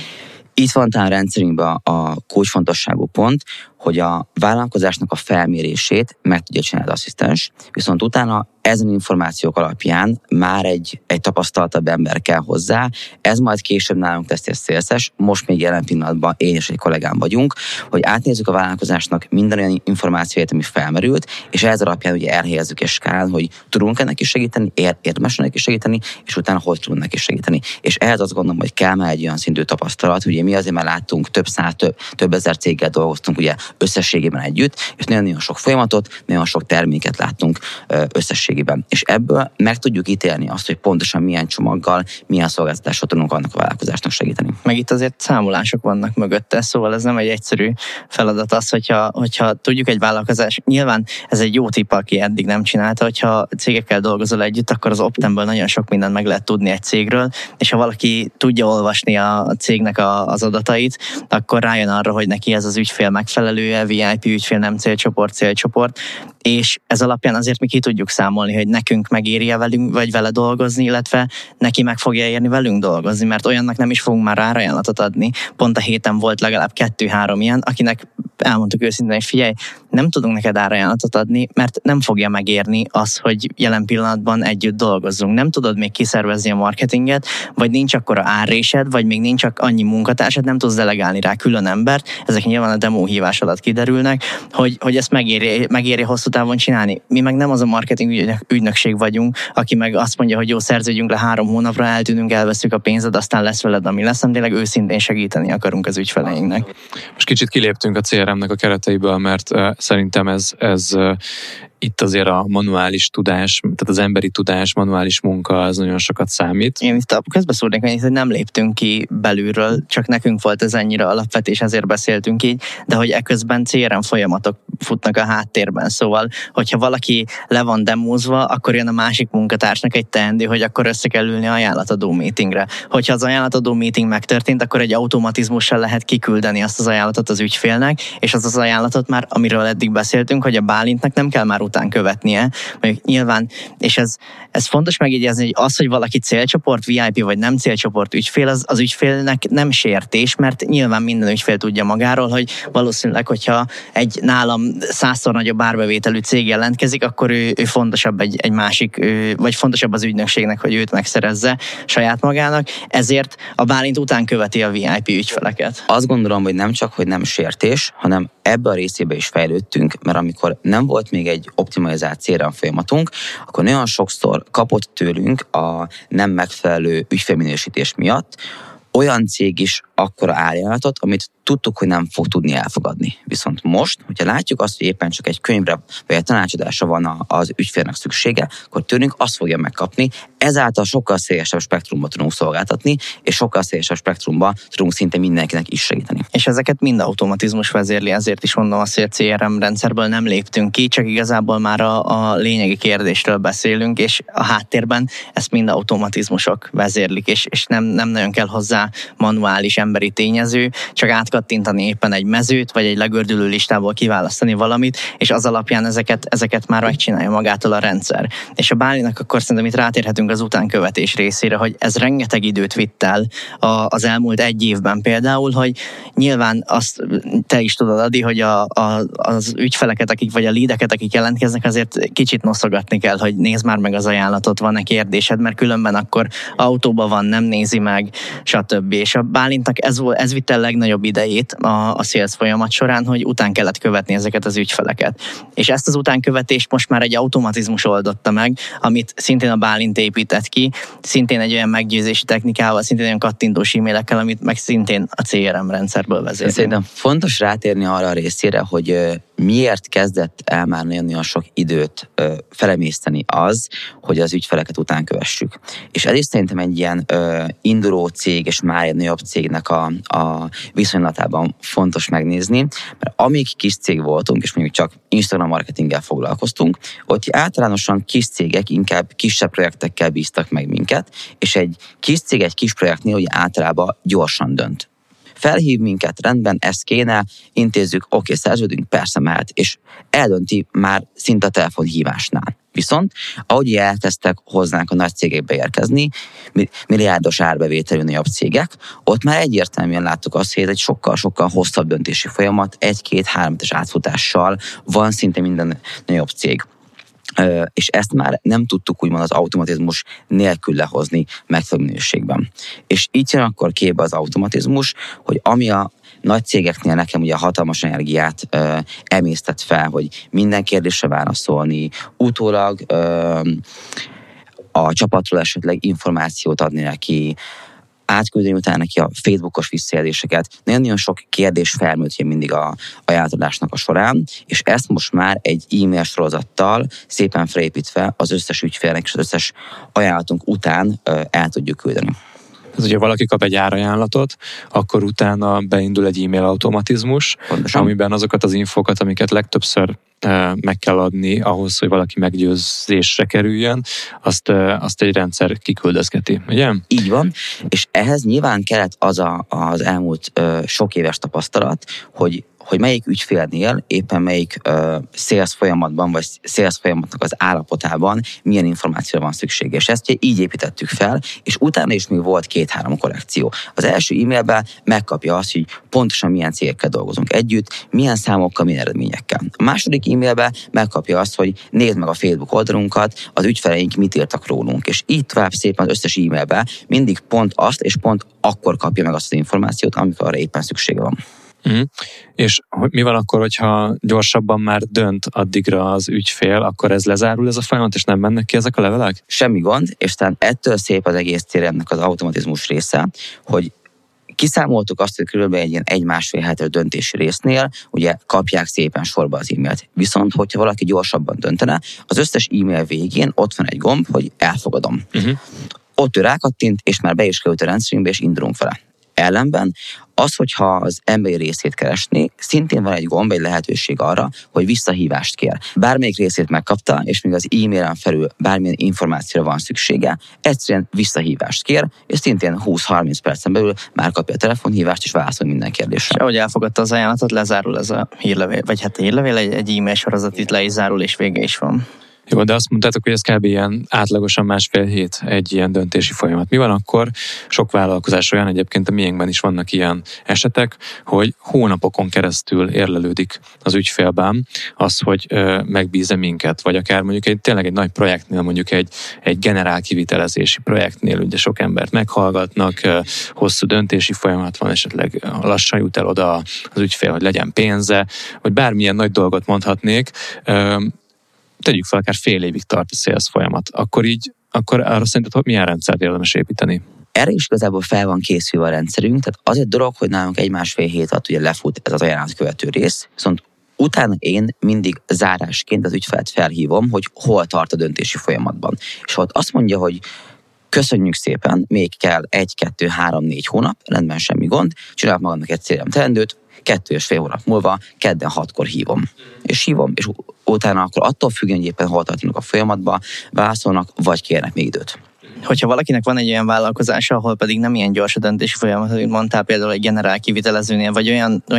Itt van talán rendszerünkben a kulcsfontosságú pont, hogy a vállalkozásnak a felmérését meg tudja csinálni az asszisztens, viszont utána ezen információk alapján már egy tapasztaltabb ember kell hozzá, ez majd később nálunk lesz egy szélszes, most még jelen pillanatban én és egy kollégám vagyunk, hogy átnézzük a vállalkozásnak minden olyan információját, ami felmerült, és ez alapján ugye elhelyezzük és skálán, hogy tudunk neki segíteni, érdemes neki segíteni, és utána hogy tudunk neki segíteni. És ehhez azt gondolom, hogy kell már egy olyan szintű tapasztalat, ugye mi azért már láttunk több ezer céggel dolgoztunk ugye összességében együtt, és nagyon-nagyon sok folyamatot, nagyon sok terméket láttunk összességében. És ebből meg tudjuk ítélni azt, hogy pontosan milyen csomaggal, milyen szolgáltatással tudunk annak a vállalkozásnak segíteni. Meg itt azért számolások vannak mögötte, szóval ez nem egy egyszerű feladat az, hogyha tudjuk egy vállalkozás, nyilván ez egy jó tipp, aki eddig nem csinálta, hogyha cégekkel dolgozol együtt, akkor az Optemből nagyon sok mindent meg lehet tudni egy cégről, és ha valaki tudja olvasni a cégnek az adatait, akkor rájön arra, hogy neki ez az ügyfél megfelelője, VIP ügyfél, nem célcsoport, és ez alapján azért mi ki tudjuk számolni, hogy nekünk megéri-e velünk, vagy vele dolgozni, illetve neki meg fogja érni velünk dolgozni, mert olyannak nem is fogunk már árajánlatot adni. Pont a héten volt legalább 2-3 ilyen, akinek elmondtuk őszintén, hogy figyelj, nem tudunk neked árajánlatot adni, mert nem fogja megérni az, hogy jelen pillanatban együtt dolgozzunk. Nem tudod még kiszervezni a marketinget, vagy nincs akkora árrésed, vagy még nincs annyi munkatársad, nem tudsz delegálni rá külön embert. Ezek nyilván a demo hívás alatt kiderülnek, hogy ezt megéri hosszú távon csinálni. Mi meg nem az a marketing ügynökség vagyunk, aki meg azt mondja, hogy jó, szerződjünk le 3 hónapra, eltűnünk, elveszünk a pénzed, aztán lesz veled, ami lesz, hanem tényleg őszintén segíteni akarunk az ügyfeleinknek. Most kicsit kiléptünk a CRM-nek a kereteiből, mert szerintem ez itt azért a manuális tudás, tehát az emberi tudás, manuális munka, az nagyon sokat számít. Én itt közbeszúrnék, hogy nem léptünk ki belülről, csak nekünk volt ez ennyire alapvető, és ezért beszéltünk így, de hogy eközben CRM folyamatok futnak a háttérben. Szóval, hogyha valaki le van demózva, akkor jön a másik munkatársnak egy teendő, hogy akkor össze kell ülni ajánlatadó meetingre. Hogyha az ajánlatadó meeting megtörtént, akkor egy automatizmussal lehet kiküldeni azt az ajánlatot az ügyfélnek, és az ajánlatot már, amiről eddig beszéltünk, hogy a Bálintnak nem kell már után követnie. Mondjuk nyilván, és ez fontos megjegyezni, hogy az, hogy valaki célcsoport, VIP vagy nem célcsoport ügyfél, az ügyfélnek nem sértés, mert nyilván minden ügyfél tudja magáról, hogy valószínűleg, hogyha egy nálam 100-szor nagyobb árbevételű cég jelentkezik, akkor ő fontosabb egy másik, vagy fontosabb az ügynökségnek, hogy őt megszerezze saját magának, ezért a Bálint után követi a VIP ügyfeleket. Azt gondolom, hogy nem csak, hogy nem sértés, hanem ebbe a részébe is fejlődtünk, mert amikor nem volt még egy optimalizált CRM folyamatunk, akkor nagyon sokszor kapott tőlünk a nem megfelelő ügyfélminősítés miatt olyan cég is akkora ajánlatot, amit tudtuk, hogy nem fog tudni elfogadni. Viszont most, hogyha látjuk azt, hogy éppen csak egy könyvre vagy egy tanácsadásra van az ügyfélnek szüksége, akkor tőlünk azt fogja megkapni, ezáltal sokkal szélesebb spektrumba tudunk szolgáltatni, és sokkal szélesebb spektrumba tudunk szinte mindenkinek is segíteni. És ezeket mind automatizmus vezérli, ezért is mondom azt, hogy a CRM rendszerből nem léptünk ki, csak igazából már a lényegi kérdésről beszélünk, és a háttérben ezt mind automatizmusok vezérlik, és nem nagyon kell hozzá manuális emberi tényező, csak átkattintani éppen egy mezőt, vagy egy legördülő listából kiválasztani valamit, és az alapján ezeket már megcsinálja magától a rendszer. És a Bálinak akkor szerintem itt rátérhetünk az utánkövetés részére, hogy ez rengeteg időt vitt el az elmúlt 1 évben például, hogy nyilván azt te is tudod, Adi, hogy az ügyfeleket, vagy a leadeket, akik jelentkeznek, azért kicsit noszogatni kell, hogy nézd már meg az ajánlatot, van-e kérdésed, mert különben akkor autóban van, nem nézi meg, stb. És a Bálintnak ez vitt el legnagyobb idejét a sales folyamat során, hogy után kellett követni ezeket az ügyfeleket. És ezt az utánkövetést most már egy automatizmus oldotta meg, amit szintén a Bálint épített ki, szintén egy olyan meggyőzési technikával, szintén olyan kattintós e-mailekkel, amit meg szintén a CRM rendszerből vezérlünk. Szerintem fontos rátérni arra a részére, hogy miért kezdett el már nagyon-nagyon sok időt felemészteni az, hogy az ügyfeleket után kövessük. És ez is szerintem egy ilyen induló cég és már egy nagyobb cégnek a viszonylatában fontos megnézni, mert amíg kis cég voltunk, és mondjuk csak Instagram marketinggel foglalkoztunk, ott általánosan kis cégek inkább kisebb projektekkel bíztak meg minket, és egy kis cég egy kis projektnél ugye általában gyorsan dönt. Felhív minket, rendben, ezt kéne, intézzük, oké, szerződünk, persze mehet, és eldönti már szinte a telefonhívásnál. Viszont, ahogy elkezdtek hozzánk a nagy cégek beérkezni, milliárdos árbevételű nagyobb cégek, ott már egyértelműen láttuk azt, hogy ez egy sokkal-sokkal hosszabb döntési folyamat, 1-2-3 hetes átfutással van szinte minden nagyobb cég. És ezt már nem tudtuk úgymond az automatizmus nélkül lehozni megfelelő minőségben. És így jön akkor képbe az automatizmus, hogy ami a nagy cégeknél nekem ugye hatalmas energiát emésztett fel, hogy minden kérdésre válaszolni, utólag a csapatról esetleg információt adni neki, átküldeni utána neki a Facebookos visszajelzéseket. Nagyon-nagyon sok kérdés felmerült mindig a ajánlatadásnak a során, és ezt most már egy e-mail sorozattal szépen felépítve az összes ügyfélnek és az összes ajánlatunk után el tudjuk küldeni. Ez ugye valaki kap egy árajánlatot, akkor utána beindul egy e-mail automatizmus, Pontosan. Amiben azokat az infokat, amiket legtöbbször meg kell adni ahhoz, hogy valaki meggyőzésre kerüljön, azt egy rendszer kiküldözgeti, ugye? Így van, és ehhez nyilván kellett az elmúlt sok éves tapasztalat, hogy melyik ügyfélnél éppen melyik sales folyamatban, vagy sales folyamatnak az állapotában milyen információra van szükség. És ezt így építettük fel, és utána is még volt 2-3 korrekció. Az első e-mailben megkapja azt, hogy pontosan milyen cégekkel dolgozunk együtt, milyen számokkal, milyen eredményekkel. A második e-mailben megkapja azt, hogy nézd meg a Facebook oldalunkat, az ügyfeleink mit írtak rólunk, és így tovább szépen az összes e-mailben mindig pont azt, és pont akkor kapja meg azt az információt, amikor arra éppen szüksége van. És mi van akkor, hogyha gyorsabban már dönt addigra az ügyfél, akkor ez lezárul ez a folyamat, és nem mennek ki ezek a levelek? Semmi gond, és talán ettől szép az egész CRM-nek az automatizmus része, hogy kiszámoltuk azt, hogy körülbelül egy ilyen 1-1,5 hetes döntési résznél ugye kapják szépen sorba az e-mailt. Viszont, hogyha valaki gyorsabban döntene, az összes e-mail végén ott van egy gomb, hogy elfogadom. Ott ő rákattint, és már be is került a rendszerünkbe, és indulunk vele. Ellenben az, hogyha az emberi részét keresni, szintén van egy gomb, egy lehetőség arra, hogy visszahívást kér. Bármelyik részét megkapta, és még az e-mailen felül bármilyen információra van szüksége, egyszerűen visszahívást kér, és szintén 20-30 percen belül már kapja a telefonhívást, és válaszol minden kérdésre. És ahogy elfogadta az ajánlatot, lezárul ez a hírlevél, vagy hát hírlevél, egy e-mail sorozat itt le is zárul, és vége is van. Jó, de azt mondtátok, hogy ez kb. Ilyen átlagosan 1,5 hét egy ilyen döntési folyamat. Mi van akkor? Sok vállalkozás olyan, egyébként a miénkben is vannak ilyen esetek, hogy hónapokon keresztül érlelődik az ügyfélben az, hogy megbíz-e minket, vagy akár mondjuk tényleg egy nagy projektnél, mondjuk egy generálkivitelezési projektnél, ugye sok embert meghallgatnak, hosszú döntési folyamat van, esetleg lassan jut el oda az ügyfél, hogy legyen pénze, vagy bármilyen nagy dolgot mondhatnék, tegyük fel, akár fél évig tart a sales folyamat, akkor arra szerinted hogy milyen rendszert érdemes építeni? Erre is igazából fel van készülve a rendszerünk, tehát az egy dolog, hogy nálunk 1-1,5 hét alatt ugye lefut ez az ajánlat követő rész, viszont utána én mindig zárásként az ügyfelet felhívom, hogy hol tart a döntési folyamatban. És ha ott azt mondja, hogy köszönjük szépen, még kell 1-2-3-4 hónap, rendben, semmi gond, csinálok magamnak egy CRM teendőt, 2,5 hónap múlva kedden 6-kor hívom. És utána akkor attól függően, hogy éppen hol tartanak a folyamatban, válaszolnak, vagy kérnek még időt. Hogyha valakinek van egy olyan vállalkozása, ahol pedig nem ilyen gyors a döntési folyamat, hogy mondtál például egy generál kivitelezőnél, vagy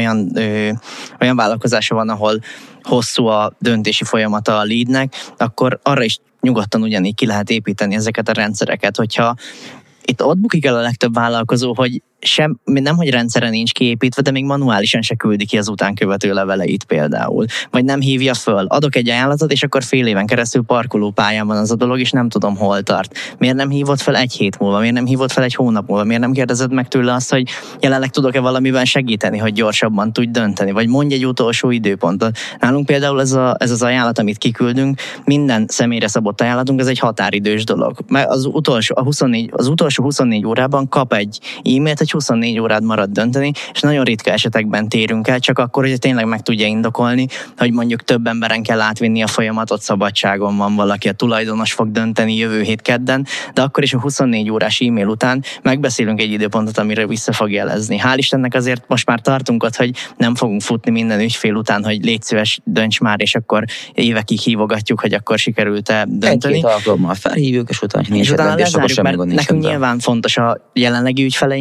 olyan vállalkozása van, ahol hosszú a döntési folyamata a leadnek, akkor arra is nyugodtan ugyanígy ki lehet építeni ezeket a rendszereket, hogyha ott bukik el a legtöbb vállalkozó, hogy nem, hogy rendszere nincs kiépítve, de még manuálisan se küldi ki az utánkövető leveleit például. Vagy nem hívja föl. Adok egy ajánlatot, és akkor fél éven keresztül parkolópályán van az a dolog, és nem tudom, hol tart. Miért nem hívott fel 1 hét múlva? Miért nem hívott fel 1 hónap múlva? Miért nem kérdezed meg tőle azt, hogy jelenleg tudok-e valamiben segíteni, hogy gyorsabban tudj dönteni? Vagy mondj egy utolsó időpontot. Nálunk például ez az ajánlat, amit kiküldünk, minden személyre szabott ajánlatunk, ez egy határidős dolog. Mert az utolsó 24 órában kap egy e-mailt, hogy 24 órát marad dönteni, és nagyon ritka esetekben térünk el, csak akkor, hogy tényleg meg tudja indokolni, hogy mondjuk több emberen kell átvinni a folyamatot, szabadságon van valaki, a tulajdonos fog dönteni jövő hét kedden, de akkor is a 24 órás e-mail után megbeszélünk egy időpontot, amire vissza fog jelezni. Hál' Istennek azért most már tartunk ott, hogy nem fogunk futni minden ügyfél után, hogy légy szíves, dönts már, és akkor évekig hívogatjuk, hogy akkor sikerült-e dönteni. Egy-két alkalommal felhívjuk, és utána nincs döntés, akkor semmi gond nincs. Nekünk nyilván fontos a jelenlegi ügyfeleinkkel foglalkozni,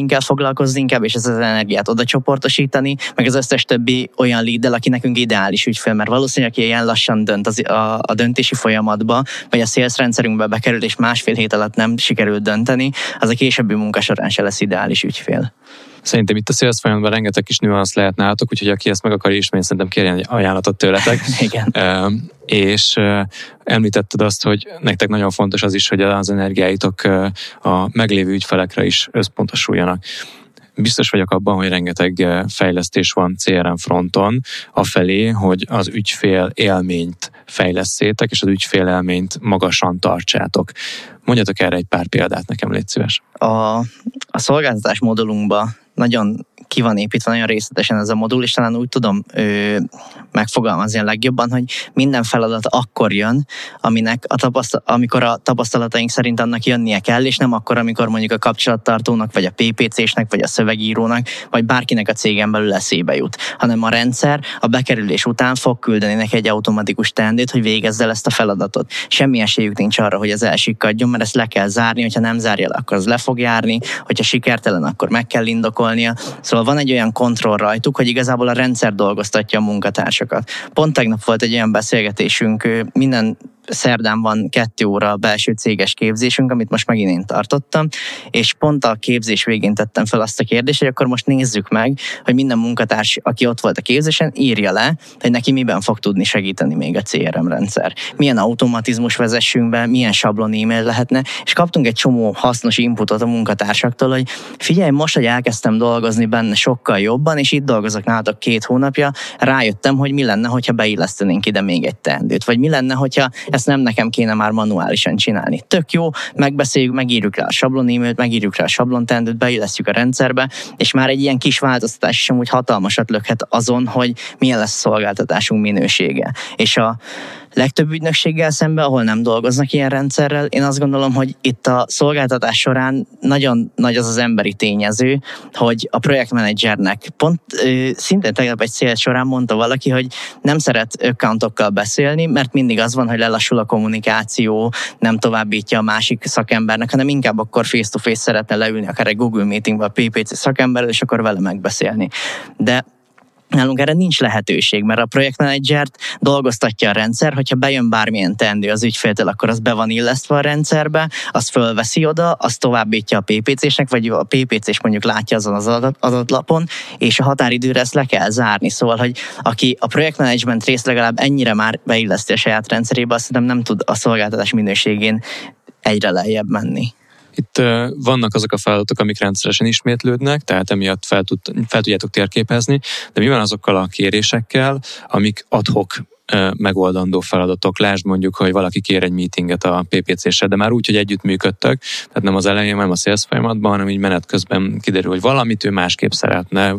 foglalkozni inkább, és az energiát oda csoportosítani, meg az összes többi olyan leaddel, aki nekünk ideális ügyfél, mert valószínűleg, aki ilyen lassan dönt a döntési folyamatba, vagy a sales rendszerünkbe bekerül, és másfél hét alatt nem sikerült dönteni, az a későbbi munka során se lesz ideális ügyfél. Szerintem itt a sales folyamatban rengeteg kis nüansz lehet nálatok, úgyhogy aki ezt meg akarja ismerni, szerintem kérjen egy ajánlatot tőletek. Igen. És említetted azt, hogy nektek nagyon fontos az is, hogy az energiáitok a meglévő ügyfelekre is összpontosuljanak. Biztos vagyok abban, hogy rengeteg fejlesztés van CRM fronton, afelé, hogy az ügyfél élményt fejlesszétek, és az ügyfél élményt magasan tartsátok. Mondjatok erre egy pár példát nekem, légy szíves. A szolgáltatás modulunkba nagyon ki van építve nagyon részletesen ez a modul, és talán úgy tudom megfogalmazni a legjobban, hogy minden feladat akkor jön, amikor a tapasztalataink szerint annak jönnie kell, és nem akkor, amikor mondjuk a kapcsolattartónak, vagy a PPC-snek, vagy a szövegírónak, vagy bárkinek a cégen belül eszébe jut, hanem a rendszer a bekerülés után fog küldeni neki egy automatikus teendőt, hogy végezze el ezt a feladatot. Semmi esélyük nincs arra, hogy az elsikkadjon, mert ezt le kell zárni, hogyha nem zárja le, akkor az le fog járni, hogyha sikertelen, akkor meg kell indokolnia. Szóval van egy olyan kontroll rajtuk, hogy igazából a rendszer dolgoztatja a munkatársakat. Pont tegnap volt egy olyan beszélgetésünk, minden szerdán van 2 óra belső céges képzésünk, amit most megint én tartottam, és pont a képzés végén tettem fel azt a kérdést, hogy akkor most nézzük meg, hogy minden munkatárs, aki ott volt a képzésen, írja le, hogy neki miben fog tudni segíteni még a CRM rendszer. Milyen automatizmus vezessünk be, milyen sablon e-mail lehetne, és kaptunk egy csomó hasznos inputot a munkatársaktól, hogy figyelj, most, hogy elkezdtem dolgozni benne sokkal jobban, és itt dolgozok nálatok 2 hónapja, rájöttem, hogy mi lenne, hogyha beillesztenénk ide még egy teendőt, vagy mi lenne, hogyha ezt nem nekem kéne már manuálisan csinálni. Tök jó, megbeszéljük, megírjuk rá a sablon e-mailt, megírjuk rá a sablon teendőt, beillesztjük a rendszerbe, és már egy ilyen kis változtatás is amúgy hatalmasat lökhet azon, hogy milyen lesz a szolgáltatásunk minősége. És a legtöbb ügynökséggel szemben, ahol nem dolgoznak ilyen rendszerrel, én azt gondolom, hogy itt a szolgáltatás során nagyon nagy az emberi tényező, hogy a projektmenedzsernek pont szintén tegnap egy sales során mondta valaki, hogy nem szeret accountokkal beszélni, mert mindig az van, hogy lelassul a kommunikáció, nem továbbítja a másik szakembernek, hanem inkább akkor face-to-face szeretne leülni akár egy Google Meetingbe a PPC szakemberrel, és akkor vele megbeszélni. De nálunk erre nincs lehetőség, mert a projektmenedzsert dolgoztatja a rendszer, hogyha bejön bármilyen teendő az ügyféltől, akkor az be van illesztve a rendszerbe, azt fölveszi oda, azt továbbítja a PPC-snek, vagy a PPC-s mondjuk látja azon az adatlapon, és a határidőre ezt le kell zárni. Szóval, hogy aki a projektmenedzsment részt legalább ennyire már beilleszti a saját rendszerébe, azt nem tud a szolgáltatás minőségén egyre lejjebb menni. Itt vannak azok a feladatok, amik rendszeresen ismétlődnek, tehát emiatt fel tudjátok térképezni, de mi van azokkal a kérésekkel, amik ad-hoc megoldandó feladatok? Lásd mondjuk, hogy valaki kér egy meetinget a PPC-sel, de már úgy, hogy együttműködtök, tehát nem az elején, nem a sales folyamatban, hanem így menet közben kiderül, hogy valamit ő másképp szeretne,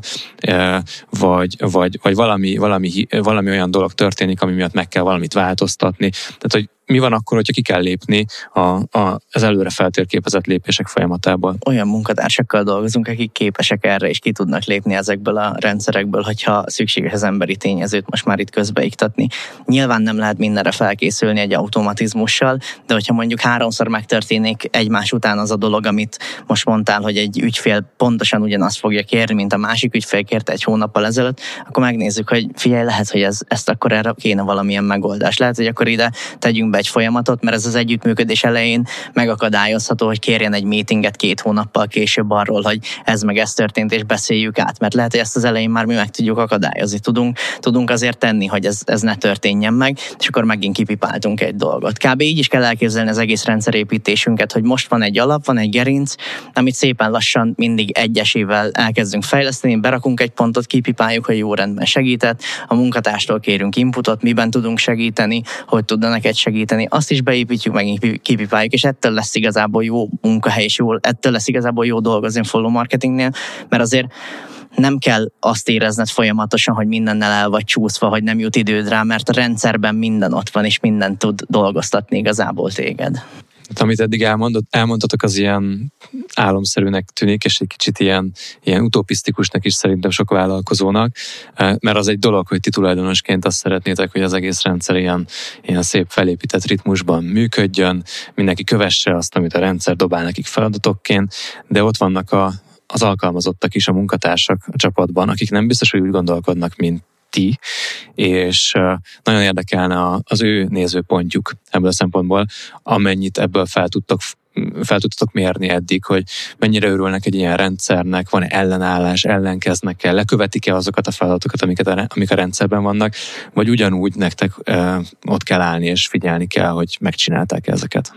vagy valami olyan dolog történik, ami miatt meg kell valamit változtatni. Tehát, hogy mi van akkor, hogyha ki kell lépni az előre feltérképezett lépések folyamatából? Olyan munkatársakkal dolgozunk, akik képesek erre, és ki tudnak lépni ezekből a rendszerekből, hogyha szükséges az emberi tényezőt most már itt közbeiktatni. Nyilván nem lehet mindenre felkészülni egy automatizmussal, de hogyha mondjuk 3-szor megtörténik egymás után az a dolog, amit most mondtál, hogy egy ügyfél pontosan ugyanazt fogja kérni, mint a másik ügyfél kérte 1 hónappal ezelőtt, akkor megnézzük, hogy figyelj, lehet, hogy ezt akkor erre kéne valamilyen megoldás. Lehet, hogy akkor ide tegyünk be egy folyamatot, mert ez az együttműködés elején megakadályozható, hogy kérjen egy meetinget 2 hónappal később arról, hogy ez meg ez történt, és beszéljük át, mert lehet, hogy ezt az elején már mi meg tudjuk akadályozni. Tudunk azért tenni, hogy ez ne történjen meg, és akkor megint kipipáltunk egy dolgot. Kb. Így is kell elképzelni az egész rendszerépítésünket, hogy most van egy alap, van egy gerinc, amit szépen lassan mindig egyesével elkezdünk fejleszteni, berakunk egy pontot, kipipáljuk, hogy jó rendben segített, a munkatárstól kérünk inputot, miben tudunk segíteni, hogy tudna neked segíteni, azt is beépítjük, meg kipipáljuk, és ettől lesz igazából jó munkahely, és ettől lesz igazából jó dolgozni a follow marketingnél, mert azért nem kell azt érezned folyamatosan, hogy mindennel el vagy csúszva, hogy nem jut időd rá, mert a rendszerben minden ott van, és minden tud dolgoztatni igazából téged. Amit eddig elmondtatok, az ilyen álomszerűnek tűnik, és egy kicsit ilyen utopisztikusnak is szerintem sok vállalkozónak, mert az egy dolog, hogy ti tulajdonosként azt szeretnétek, hogy az egész rendszer ilyen szép felépített ritmusban működjön, mindenki kövesse azt, amit a rendszer dobál nekik feladatokként, de ott vannak az alkalmazottak is, a munkatársak a csapatban, akik nem biztos, hogy úgy gondolkodnak, mint ti, és nagyon érdekelne az ő nézőpontjuk ebből a szempontból, amennyit ebből fel tudtok mérni eddig, hogy mennyire örülnek egy ilyen rendszernek, van-e ellenállás, ellenkeznek-e, lekövetik-e azokat a feladatokat, amik a rendszerben vannak, vagy ugyanúgy nektek ott kell állni, és figyelni kell, hogy megcsinálták ezeket.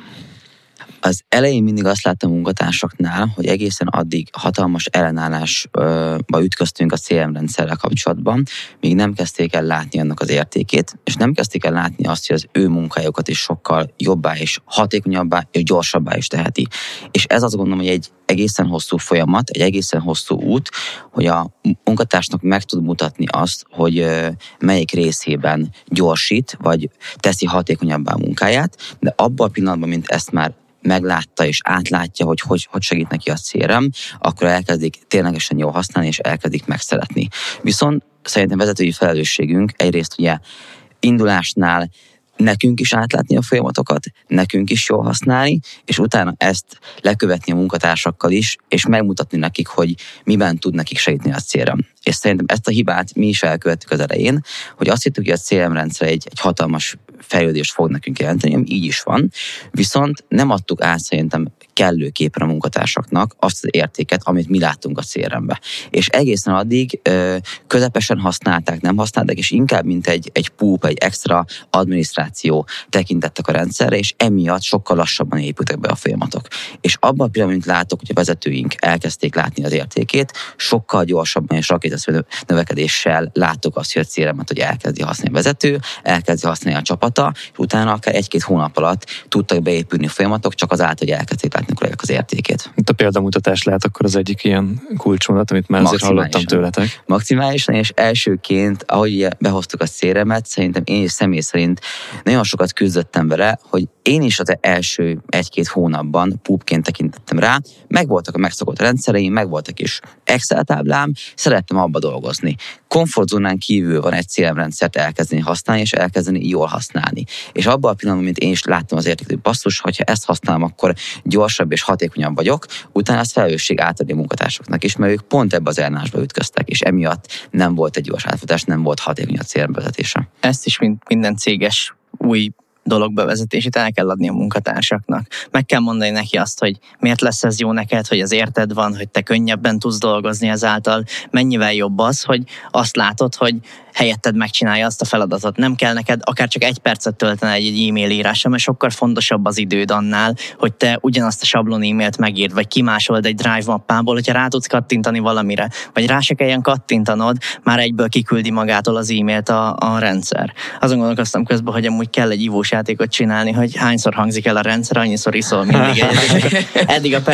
Az elején mindig azt láttam munkatársaknál, hogy egészen addig hatalmas ellenállásba ütköztünk a CRM rendszerrel kapcsolatban, míg nem kezdték el látni annak az értékét, és nem kezdték el látni azt, hogy az ő munkájukat is sokkal jobbá és hatékonyabbá és gyorsabbá is teheti. És ez azt gondolom, hogy egy egészen hosszú folyamat, egy egészen hosszú út, hogy a munkatársnak meg tud mutatni azt, hogy melyik részében gyorsít, vagy teszi hatékonyabbá a munkáját, de abban a pillanatban, mint ezt már meglátta és átlátja, hogy segít neki a CRM, akkor elkezdik ténylegesen jól használni, és elkezdik megszeretni. Viszont szerintem vezetői felelősségünk egyrészt ugye indulásnál nekünk is átlátni a folyamatokat, nekünk is jól használni, és utána ezt lekövetni a munkatársakkal is, és megmutatni nekik, hogy miben tud nekik segíteni a CRM. És szerintem ezt a hibát mi is elkövettük az elején, hogy azt hittük, hogy a CRM rendszer egy hatalmas fejlődést fog nekünk jelenteni, ami így is van, viszont nem adtuk át szerintem kellőképpen a munkatársaknak azt az értéket, amit mi láttunk a CRM-be. És egészen addig közepesen használták, nem használták, és inkább mint egy púp, egy extra adminisztráció tekintettek a rendszerre, és emiatt sokkal lassabban épültek be a folyamatok. És abban a pillanatban, mint látok, hogy a vezetőink elkezdték látni az értékét, sokkal gyorsabban és rakétaszintű növekedéssel láttuk azt, hogy a CRM-et, hogy elkezdi használni a vezető, elkezdi használni a csapata, és utána akár 1-2 hónap alatt tudtak beépülni a folyamatok, csak azáltal, hogy elkezdték látni a kollégák az értékét. Itt a példamutatás lehet akkor az egyik ilyen kulcsmondat, amit már azért hallottam tőletek. Maximálisan, és elsőként, ahogy behoztuk a CRM-et, szerintem én is személy szerint nagyon sokat küzdöttem vele, hogy én is az első 1-2 hónapban púpként tekintettem rá, megvoltak a megszokott rendszereim, megvoltak is Excel táblám, szerettem abba dolgozni. Komfortzónán kívül van egy CRM rendszert elkezdeni használni, és elkezdeni jól használni. És abban a pillanatban, mint én is láttam az értékű basszus, hogyha ezt használom, akkor gyorsabb és hatékonyabb vagyok, utána ezt felelősség átadni a munkatársaknak is, mert ők pont ebbe az ellenállásba ütköztek, és emiatt nem volt egy gyors átfutás, nem volt hatékony a CRM vezetése. Ezt is minden céges új dolog bevezetését el kell adni a munkatársaknak. Meg kell mondani neki azt, hogy miért lesz ez jó neked, hogy az érted van, hogy te könnyebben tudsz dolgozni ezáltal. Mennyivel jobb az, hogy azt látod, hogy helyetted megcsinálja azt a feladatot. Nem kell neked akár csak 1 percet tölteni egy e-mail írásra, mert sokkal fontosabb az időd annál, hogy te ugyanazt a sablon e-mailt megírd, vagy kimásolod egy Drive mappából, hogyha rá tudsz kattintani valamire, vagy rá se kelljen kattintanod, már egyből kiküldi magától az e-mailt a rendszer. Azon gondolkoztam közben, hogy amúgy kell egy ivós játékot csinálni, hogy hányszor hangzik el a rendszer, annyiszor iszol mindig egyet. Eddig a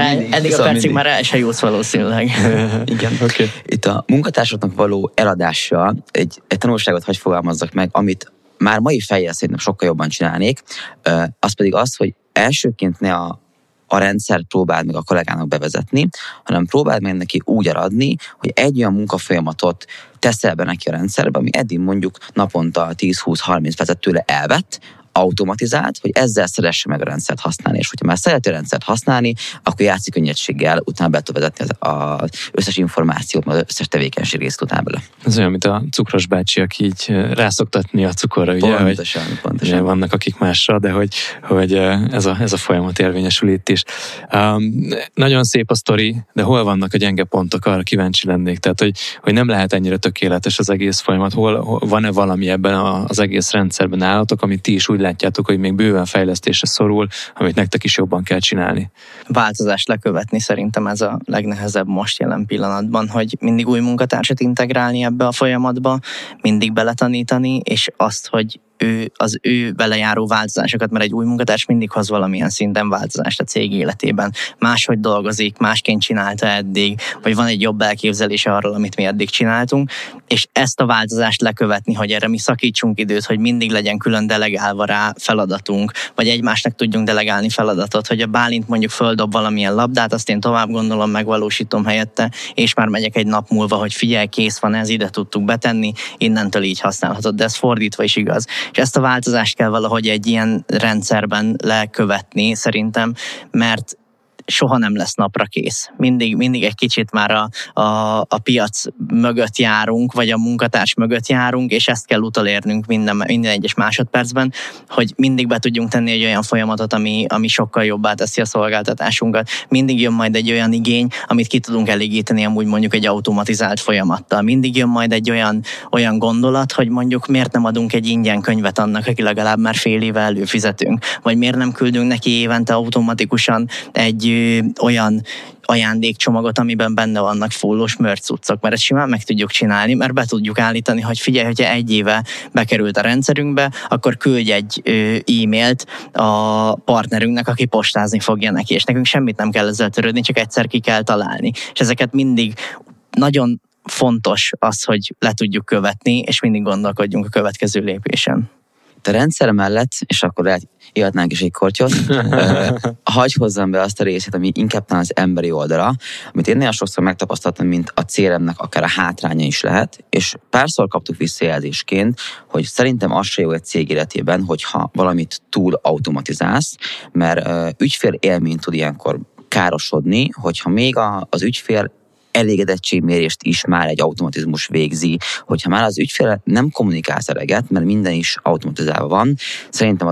percig már el se jutsz valószínűleg. Igen. Okay. Itt a munkatársaknak való eladással egy tanulságot hagy fogalmazzak meg, amit már mai fejjel szerintem sokkal jobban csinálnék, az pedig az, hogy elsőként ne a rendszert próbáld meg a kollégának bevezetni, hanem próbáld meg neki úgy eladni, hogy egy olyan munkafolyamatot teszel be neki a rendszerbe, ami eddig mondjuk naponta 10-20-30 percet tőle elvett, automatizált, hogy ezzel szeresse meg a rendszert használni, és hogyha már szereti a rendszert használni, akkor játszik könnyedséggel, utána be tud vezetni az összes információt, az összes tevékenység részt utána bele. Ez olyan, mint a cukros bácsiak így rászoktatni a cukorra, ugye? Pontosan. Ugye vannak akik másra, de hogy ez a folyamat érvényesül itt is. Nagyon szép a sztori, de hol vannak a gyenge pontok, arra kíváncsi lennék. Tehát, hogy nem lehet ennyire tökéletes az egész folyamat. Hol van-e valami ebben az egész rendszerben állatok, amit ti is úgy látjátok, hogy még bőven fejlesztésre szorul, amit nektek is jobban kell csinálni? Változást lekövetni szerintem ez a legnehezebb most jelen pillanatban, hogy mindig új munkatársat integrálni ebbe a folyamatba, mindig beletanítani, és azt, hogy az ő vele járó változásokat, mert egy új munkatárs mindig hoz valamilyen szinten változást a cég életében. Máshogy dolgozik, másként csinálta eddig, vagy van egy jobb elképzelése arról, amit mi eddig csináltunk, és ezt a változást lekövetni, hogy erre mi szakítsunk időt, hogy mindig legyen külön delegálva rá feladatunk, vagy egymásnak tudjunk delegálni feladatot, hogy a Bálint mondjuk földob valamilyen labdát, azt én tovább gondolom, megvalósítom helyette, és már megyek egy nap múlva, hogy figyelj, kész van, ez ide tudtuk betenni, innentől így használhatod, de ez fordítva is igaz. És ezt a változást kell valahogy egy ilyen rendszerben lekövetni szerintem, mert soha nem lesz napra kész. Mindig egy kicsit már a piac mögött járunk, vagy a munkatárs mögött járunk, és ezt kell utolérnünk minden egyes másodpercben, hogy mindig be tudjunk tenni egy olyan folyamatot, ami sokkal jobbá teszi a szolgáltatásunkat. Mindig jön majd egy olyan igény, amit ki tudunk elégíteni amúgy mondjuk egy automatizált folyamattal. Mindig jön majd egy olyan gondolat, hogy mondjuk miért nem adunk egy ingyen könyvet annak, aki legalább már fél éve előfizetünk, vagy miért nem küldünk neki évente automatikusan egy olyan ajándékcsomagot, amiben benne vannak fullós mörcuccok, mert ezt simán meg tudjuk csinálni, mert be tudjuk állítani, hogy figyelj, hogyha egy éve bekerült a rendszerünkbe, akkor küldj egy e-mailt a partnerünknek, aki postázni fogja neki, és nekünk semmit nem kell ezzel törődni, csak egyszer ki kell találni. És ezeket mindig nagyon fontos az, hogy le tudjuk követni, és mindig gondolkodjunk a következő lépésen. A rendszer mellett, és akkor ihatnánk is egy kortyot, hagyj hozzam be azt a részét, ami inkább az emberi oldala, amit én nagyon sokszor megtapasztaltam, mint a CRM-nek akár a hátránya is lehet, és párszor kaptuk visszajelzésként, hogy szerintem az se jó egy cég életében, hogyha valamit túl automatizálsz, mert ügyfél élmény tud ilyenkor károsodni, hogyha még az ügyfél elégedettségmérést is már egy automatizmus végzi, hogyha már az ügyfél nem kommunikálsz eleget, mert minden is automatizálva van, szerintem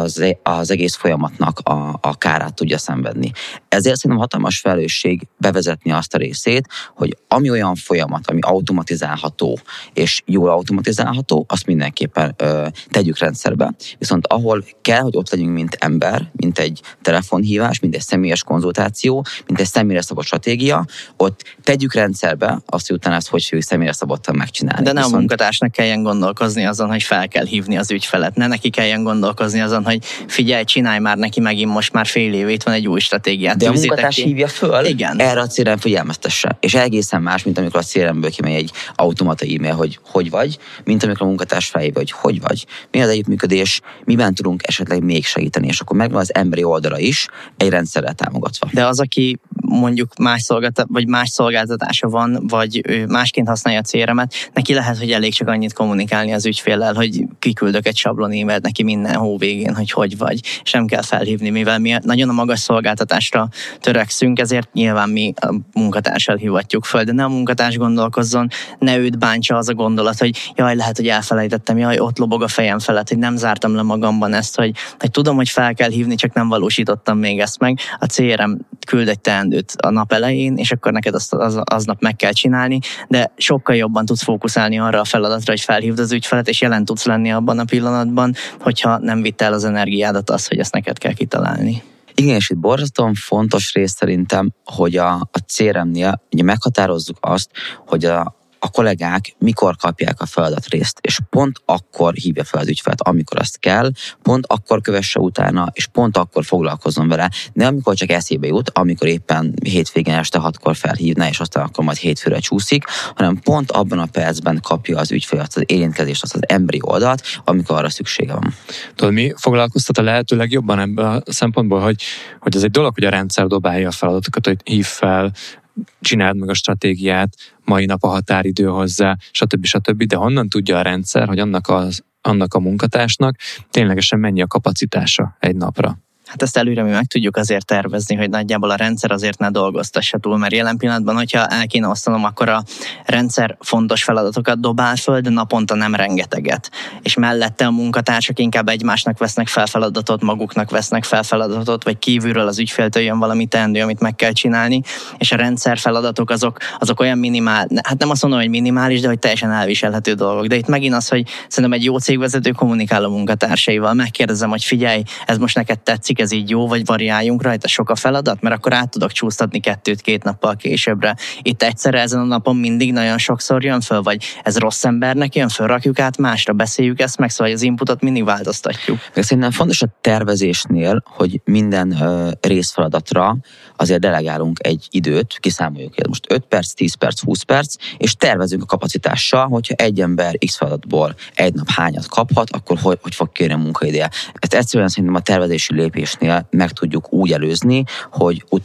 az egész folyamatnak a kárát tudja szenvedni. Ezért szerintem hatalmas felelősség bevezetni azt a részét, hogy ami olyan folyamat, ami automatizálható és jól automatizálható, azt mindenképpen tegyük rendszerbe. Viszont ahol kell, hogy ott legyünk, mint ember, mint egy telefonhívás, mint egy személyes konzultáció, mint egy személyre szabott stratégia, ott tegyük rendszerbe, azt, hogy utána ezt hogy fogjuk személyre szabottan megcsinálni. De ne a munkatársnak kelljen gondolkozni azon, hogy fel kell hívni az ügyfelet. Ne neki kelljen gondolkozni azon, hogy figyelj, csinálj már neki megint most már fél év, itt van egy új stratégiát. De a munkatárs hívja föl, igen, erre a CRM figyelmeztesse. És egészen más, mint amikor a CRM-ből kimegy egy automata e-mail, hogy vagy, mint amikor a munkatárs felhívja, hogy vagy. Mi az együttműködés, miben tudunk esetleg még segíteni, és akkor megvan az emberi oldala is egy rendszerrel támogatva. De az, aki mondjuk más szolgáltatása van, vagy másként használja a CRM-et, neki lehet, hogy elég csak annyit kommunikálni az ügyféllel, hogy kiküldök egy sablon e-mailt neki minden hó végén, hogy vagy, és nem kell felhívni, mivel mi nagyon a magas szolgáltatásra törekszünk, ezért nyilván mi a munkatársal hivatjuk föl, de ne a munkatárs gondolkozzon, ne őt bántsa az a gondolat, hogy jaj, lehet, hogy elfelejtettem, jaj, ott lobog a fejem felett, hogy nem zártam le magamban ezt, hogy tudom, hogy fel kell hívni, csak nem valósítottam még ezt meg. A CRM küld egy teendőt a nap elején, és akkor neked azt aznap meg kell csinálni, de sokkal jobban tudsz fókuszálni arra a feladatra, hogy felhívd az ügyfelet, és jelen tudsz lenni abban a pillanatban, hogyha nem vitt el az energiádat az, hogy ezt neked kell kitalálni. Igen, és itt borzasztóan fontos rész szerintem, hogy a CRM-nél ugye meghatározzuk azt, hogy a kollégák mikor kapják a feladatrészt, és pont akkor hívja fel az ügyfelet, amikor azt kell, pont akkor kövesse utána, és pont akkor foglalkozzon vele, ne amikor csak eszébe jut, amikor éppen hétvégén este 6-kor felhívná, és aztán akkor majd hétfőre csúszik, hanem pont abban a percben kapja az ügyfél azt az érintkezést, azt az emberi oldalt, amikor arra szüksége van. Tudod, mi foglalkoztat a lehető legjobban ebből a szempontból, hogy ez egy dolog, hogy a rendszer dobálja a feladatokat, hogy hív fel, csináld meg a stratégiát, mai nap a határidő hozzá, stb. De honnan tudja a rendszer, hogy annak a munkatársnak ténylegesen mennyi a kapacitása egy napra? Hát ezt előre mi meg tudjuk azért tervezni, hogy nagyjából a rendszer azért ne dolgoztassa túl, mert jelen pillanatban, hogyha el kéne osztanom, akkor a rendszer fontos feladatokat dobál föl, de naponta nem rengeteget. És mellette a munkatársak inkább egymásnak vesznek fel feladatot, maguknak vesznek fel feladatot, vagy kívülről az ügyféltől jön valami teendő, amit meg kell csinálni, és a rendszer feladatok azok olyan hát nem azt mondom, hogy minimális, de hogy teljesen elviselhető dolgok. De itt megint az, hogy szerintem egy jó cégvezető kommunikál a munkatársaival, megkérdezem, hogy figyelj, ez most neked tetszik, ez így jó, vagy variáljunk rajta, sok a feladat, mert akkor át tudok csúsztatni 2-2 nappal későbbre. Itt egyszerre ezen a napon mindig nagyon sokszor jön föl, vagy ez rossz embernek jön föl, rakjuk át másra, beszéljük ezt meg, szóval az inputot mindig változtatjuk. Szerintem fontos a tervezésnél, hogy minden részfeladatra azért delegálunk egy időt, kiszámoljuk, hogy most 5 perc, 10 perc, 20 perc, és tervezünk a kapacitással, hogyha egy ember X feladatból egy nap hányat kaphat, akkor hogy fog kérni a munkaideje. Ezt egyszerűen szerintem a tervezési lépésnél meg tudjuk úgy előzni, hogy utána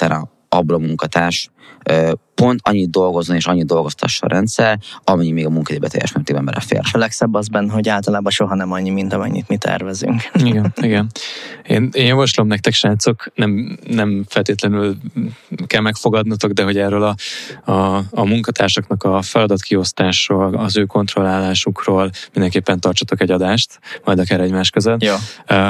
abból a munkatárs pont annyit dolgozzon és annyit dolgoztassa a rendszer, amennyi még a munkaidőbe teljes mértékben belefér. És a legszebb az benne, hogy általában soha nem annyi, mint amennyit mi tervezünk. Igen. Én javaslom nektek, srácok, nem feltétlenül kell megfogadnotok, de hogy erről a munkatársaknak a feladatkiosztásról, az ő kontrollálásukról mindenképpen tartsatok egy adást, majd akár egymás között. Jó.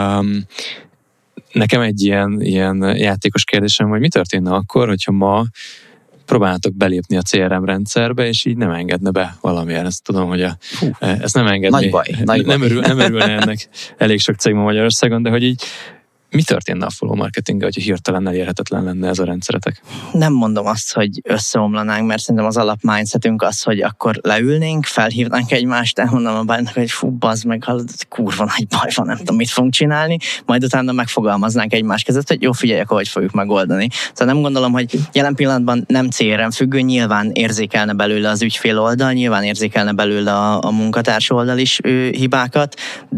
Nekem egy ilyen játékos kérdésem, hogy mi történne akkor, hogyha ma próbálnátok belépni a CRM rendszerbe, és így nem engedne be valamilyen. Ezt tudom, hogy ezt nem engedné. Nagy baj. Nem örülne ennek elég sok cég ma Magyarországon, de hogy így mi történne a follow marketinggel, hogyha hirtelen elérhetetlen lenne ez a rendszeretek? Nem mondom azt, hogy összeomlanánk, mert szerintem az alap mindsetünk az, hogy akkor leülnénk, felhívnánk egymást, elmondom a bajnak, hogy fú, bazd meg, kurva nagy baj van, nem tudom, mit fogunk csinálni, majd utána megfogalmaznánk egymás között, hogy jó, figyelj, akkor hogy fogjuk megoldani. Szóval nem gondolom, hogy jelen pillanatban nem CRM függő, nyilván érzékelne belőle az ügyfél oldal, nyilván érzékelne belőle a munkatárs oldal is hibákat,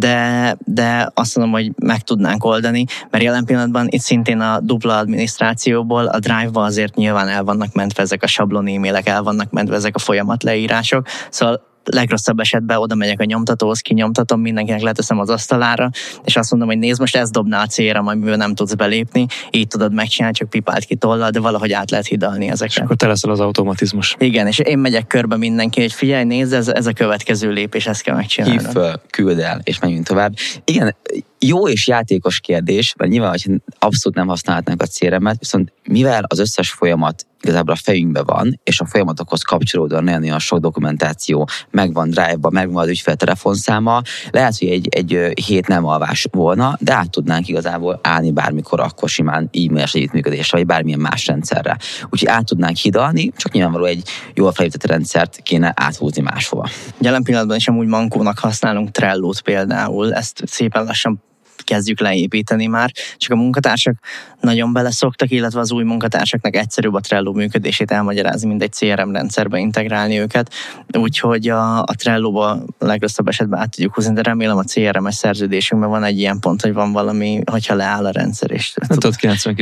de azt mondom, hogy meg tudnánk oldani, mert jelen pillanatban itt szintén a dupla adminisztrációból a Drive-ba azért nyilván el vannak mentve ezek a sablon e-mailek, el vannak mentve ezek a folyamatleírások, szóval legrosszabb esetben oda megyek a nyomtatóhoz, kinyomtatom, mindenkinek leteszem az asztalára, és azt mondom, hogy nézd, most ezt dobná a CRM, amiből nem tudsz belépni, így tudod megcsinálni, csak pipált ki tollal, de valahogy át lehet hidalni ezeket. És akkor te leszel az automatizmus. Igen, és én megyek körbe mindenki, hogy figyelj, nézd, ez a következő lépés, ezt kell megcsinálni. Hív föl, küld el, és menjünk tovább. Igen, jó és játékos kérdés, mert nyilván, hogy abszolút nem használhatnánk a CRM-et, viszont mivel az összes folyamat igazából a fejünkben van, és a folyamatokhoz kapcsolódóan nagyon sok dokumentáció megvan Drive-ba, megvan az ügyfél telefonszáma, lehet, hogy egy hét nem alvás volna, de át tudnánk igazából állni bármikor akkor simán e-mailes együttműködésre, vagy bármilyen más rendszerre. Úgyhogy át tudnánk hidalni, csak nyilvánvaló egy jól felépített rendszert kéne áthúzni máshova. Jelen pillanatban is amúgy mankónak használunk Trello-t például, ezt szépen lassan kezdjük leépíteni már, csak a munkatársak nagyon beleszoktak, illetve az új munkatársaknak egyszerűbb a Trello működését elmagyarázni, mint egy CRM rendszerbe integrálni őket, úgyhogy a Trello-ba legrosszabb esetben át tudjuk húzni, de remélem a CRM-es szerződésünkben van egy ilyen pont, hogy van valami, hogyha leáll a rendszer is. Tudod,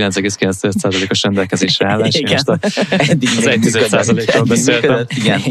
99,9%-os rendelkezésre állás, igen. Most az 1,1%-ról beszéltem. Igen.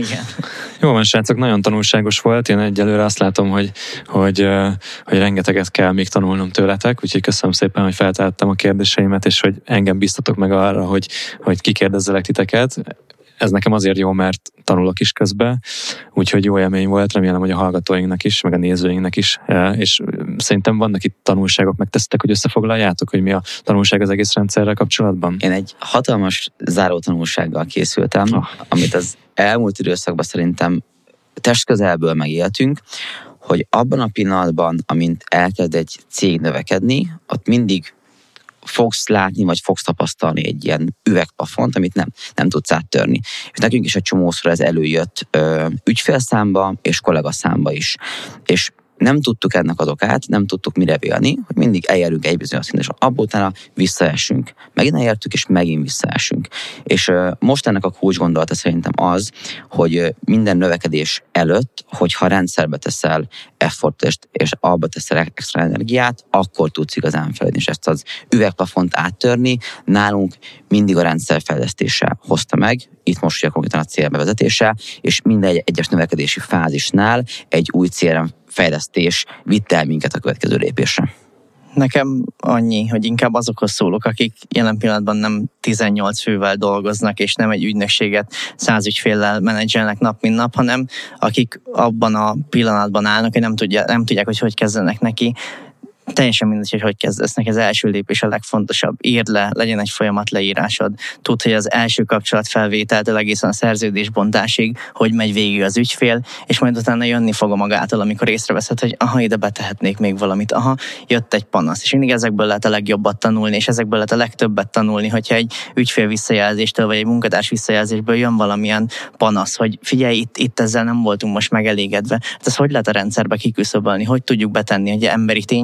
Jó van, srácok, nagyon tanulságos volt. Én egyelőre azt látom, hogy rengeteget kell még tanulnom tőletek, úgyhogy köszönöm szépen, hogy feltettem a kérdéseimet, és hogy engem biztatok meg arra, hogy kikérdezzelek titeket. Ez nekem azért jó, mert tanulok is közben, úgyhogy jó élmény volt, remélem, hogy a hallgatóinknak is, meg a nézőinknek is, és szerintem vannak itt tanulságok, meg tesztek, hogy összefoglaljátok, hogy mi a tanulság az egész rendszerrel kapcsolatban? Én egy hatalmas záró tanulsággal készültem, amit az elmúlt időszakban szerintem testközelből megéltünk, hogy abban a pillanatban, amint elkezd egy cég növekedni, ott mindig fogsz látni, vagy fogsz tapasztalni egy ilyen üvegplafont, amit nem tudsz áttörni. És nekünk is egy csomószor ez előjött ügyfélszámba és kollégaszámba is. És nem tudtuk ennek az okát, nem tudtuk mire vélni, hogy mindig elérünk egy bizonyos szinten, és abból utána visszaesünk. Megint elértük, és megint visszaesünk. És most ennek a kulcs gondolata szerintem az, hogy minden növekedés előtt, hogyha rendszerbe teszel effortot, és abba teszel extra energiát, akkor tudsz igazán fejlődni, és ezt az üvegplafont áttörni. Nálunk mindig a rendszerfejlesztése hozta meg, itt most ugye konkrétan a célbevezetése, és minden egyes növekedési fázisnál egy új CRM fejlesztés vitte el minket a következő lépésre. Nekem annyi, hogy inkább azokhoz szólok, akik jelen pillanatban nem 18 fővel dolgoznak, és nem egy ügynökséget 100 ügyféllel menedzselnek nap, mint nap, hanem akik abban a pillanatban állnak, hogy nem tudják, hogy kezdenek neki. Teljesen mindegy, hogy kezdesz, neki az első lépés a legfontosabb. Írd le, legyen egy folyamat leírásod. Tudd, hogy az első kapcsolatfelvételtől egészen a szerződésbontásig, hogy megy végig az ügyfél, és majd utána jönni fog a magától, amikor észreveszed, hogy ide betehetnék még valamit. Jött egy panasz. És mindig ezekből lehet a legjobbat tanulni, és ezekből lehet a legtöbbet tanulni, hogyha egy ügyfél visszajelzéstől, vagy egy munkatárs visszajelzésből jön valamilyen panasz, hogy figyelj, itt ezzel nem voltunk most megelégedve. Hát ezt hogy lehet a rendszerbe kiküszöbölni? Hogy tudjuk betenni, hogy emberi tényező volt,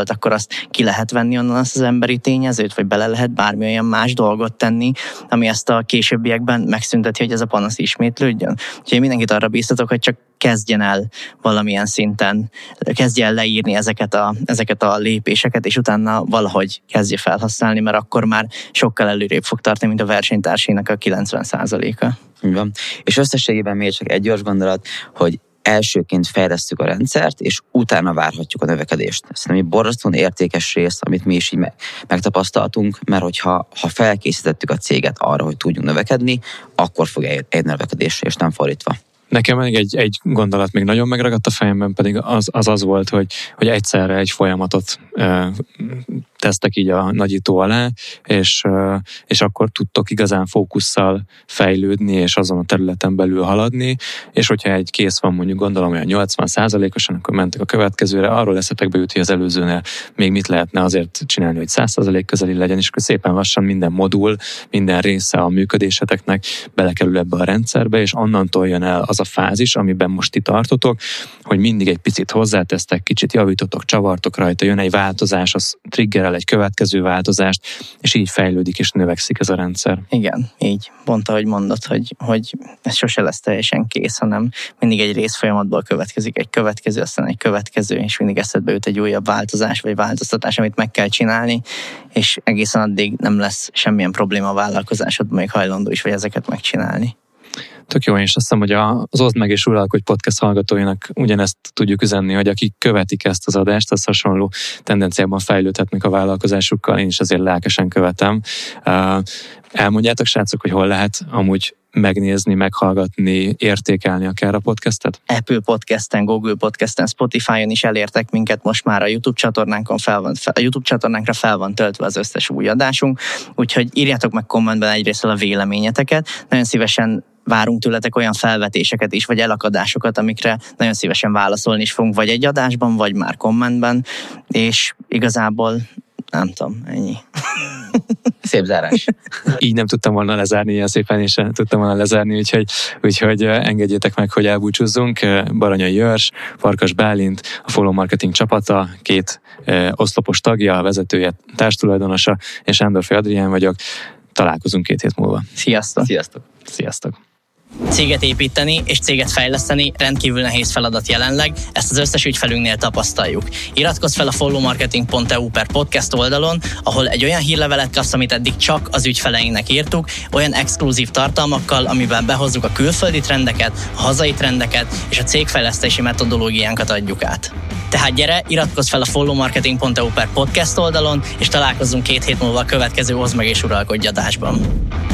volt, akkor azt ki lehet venni onnan azt az emberi tényezőt, vagy bele lehet bármi olyan más dolgot tenni, ami ezt a későbbiekben megszünteti, hogy ez a panasz ismétlődjön. Úgyhogy mindenkit arra bíztatok, hogy csak kezdjen el valamilyen szinten, kezdje el leírni ezeket a lépéseket, és utána valahogy kezdje felhasználni, mert akkor már sokkal előrébb fog tartani, mint a versenytársainak a 90%-a. Igen. És összességében még csak egy gyors gondolat, hogy elsőként fejlesztjük a rendszert, és utána várhatjuk a növekedést. Szerintem egy borzasztóan értékes rész, amit mi is így megtapasztaltunk, mert hogyha felkészítettük a céget arra, hogy tudjunk növekedni, akkor fog eljönni növekedésre, és nem fordítva. Nekem egy gondolat még nagyon megragadt a fejemben, pedig az volt, hogy egyszerre egy folyamatot tesztek így a nagyító alá, és akkor tudtok igazán fókusszal fejlődni, és azon a területen belül haladni, és hogyha egy kész van, mondjuk gondolom olyan 80%-osan, akkor mentek a következőre, arról eszetekbe jut, hogy az előzőnél még mit lehetne azért csinálni, hogy 100% közeli legyen, és akkor szépen lassan minden modul, minden része a működéseteknek belekerül ebbe a rendszerbe, és onnantól jön el az a fázis, amiben most ti tartotok, hogy mindig egy picit hozzátesztek, kicsit javítotok, csavartok rajta, jön egy változás, az triggerel egy következő változást, és így fejlődik és növekszik ez a rendszer. Igen, így. Pont ahogy mondod, hogy ez sose lesz teljesen kész, hanem mindig egy részfolyamatból következik egy következő, aztán egy következő, és mindig eszedbe jut egy újabb változás vagy változtatás, amit meg kell csinálni, és egészen addig nem lesz semmilyen probléma a vállalkozásodban, még hajlandó is vagy ezeket megcsinálni. Tök jó, és azt hiszem, hogy az Oszd meg és Uralkodj podcast hallgatóinak ugyanezt tudjuk üzenni, hogy akik követik ezt az adást, az hasonló tendenciában fejlődhetnek a vállalkozásukkal, én is azért lelkesen követem. Elmondjátok, srácok, hogy hol lehet amúgy megnézni, meghallgatni, értékelni akár a podcastet? Apple Podcasten, Google Podcasten, Spotify-on is elértek minket, most már a YouTube csatornánkra fel van töltve az összes új adásunk, úgyhogy írjátok meg kommentben egyrészt a véleményeteket, nagyon szívesen várunk tőletek olyan felvetéseket is, vagy elakadásokat, amikre nagyon szívesen válaszolni is fogunk, vagy egy adásban, vagy már kommentben, és igazából nem tudom, ennyi. Szép zárás. Így nem tudtam volna lezárni, ilyen szépen is tudtam volna lezárni, úgyhogy engedjétek meg, hogy elbúcsúzzunk. Baranyai Őrs, Farkas Bálint, a Follow Marketing csapata, 2 oszlopos tagja, vezetője, társtulajdonosa, és Sándorfi Adrián vagyok. Találkozunk 2 hét múlva. Sziasztok! Sziasztok! Céget építeni és céget fejleszteni rendkívül nehéz feladat jelenleg, ezt az összes ügyfelünknél tapasztaljuk. Iratkozz fel a followmarketing.eu/podcast oldalon, ahol egy olyan hírlevelet kapsz, amit eddig csak az ügyfeleinknek írtuk, olyan exkluzív tartalmakkal, amiben behozzuk a külföldi trendeket, a hazai trendeket és a cégfejlesztési metodológiánkat adjuk át. Tehát gyere, iratkozz fel a followmarketing.eu/podcast oldalon, és találkozzunk 2 hét múlva a következő Oszd meg és Uralkodj adásban.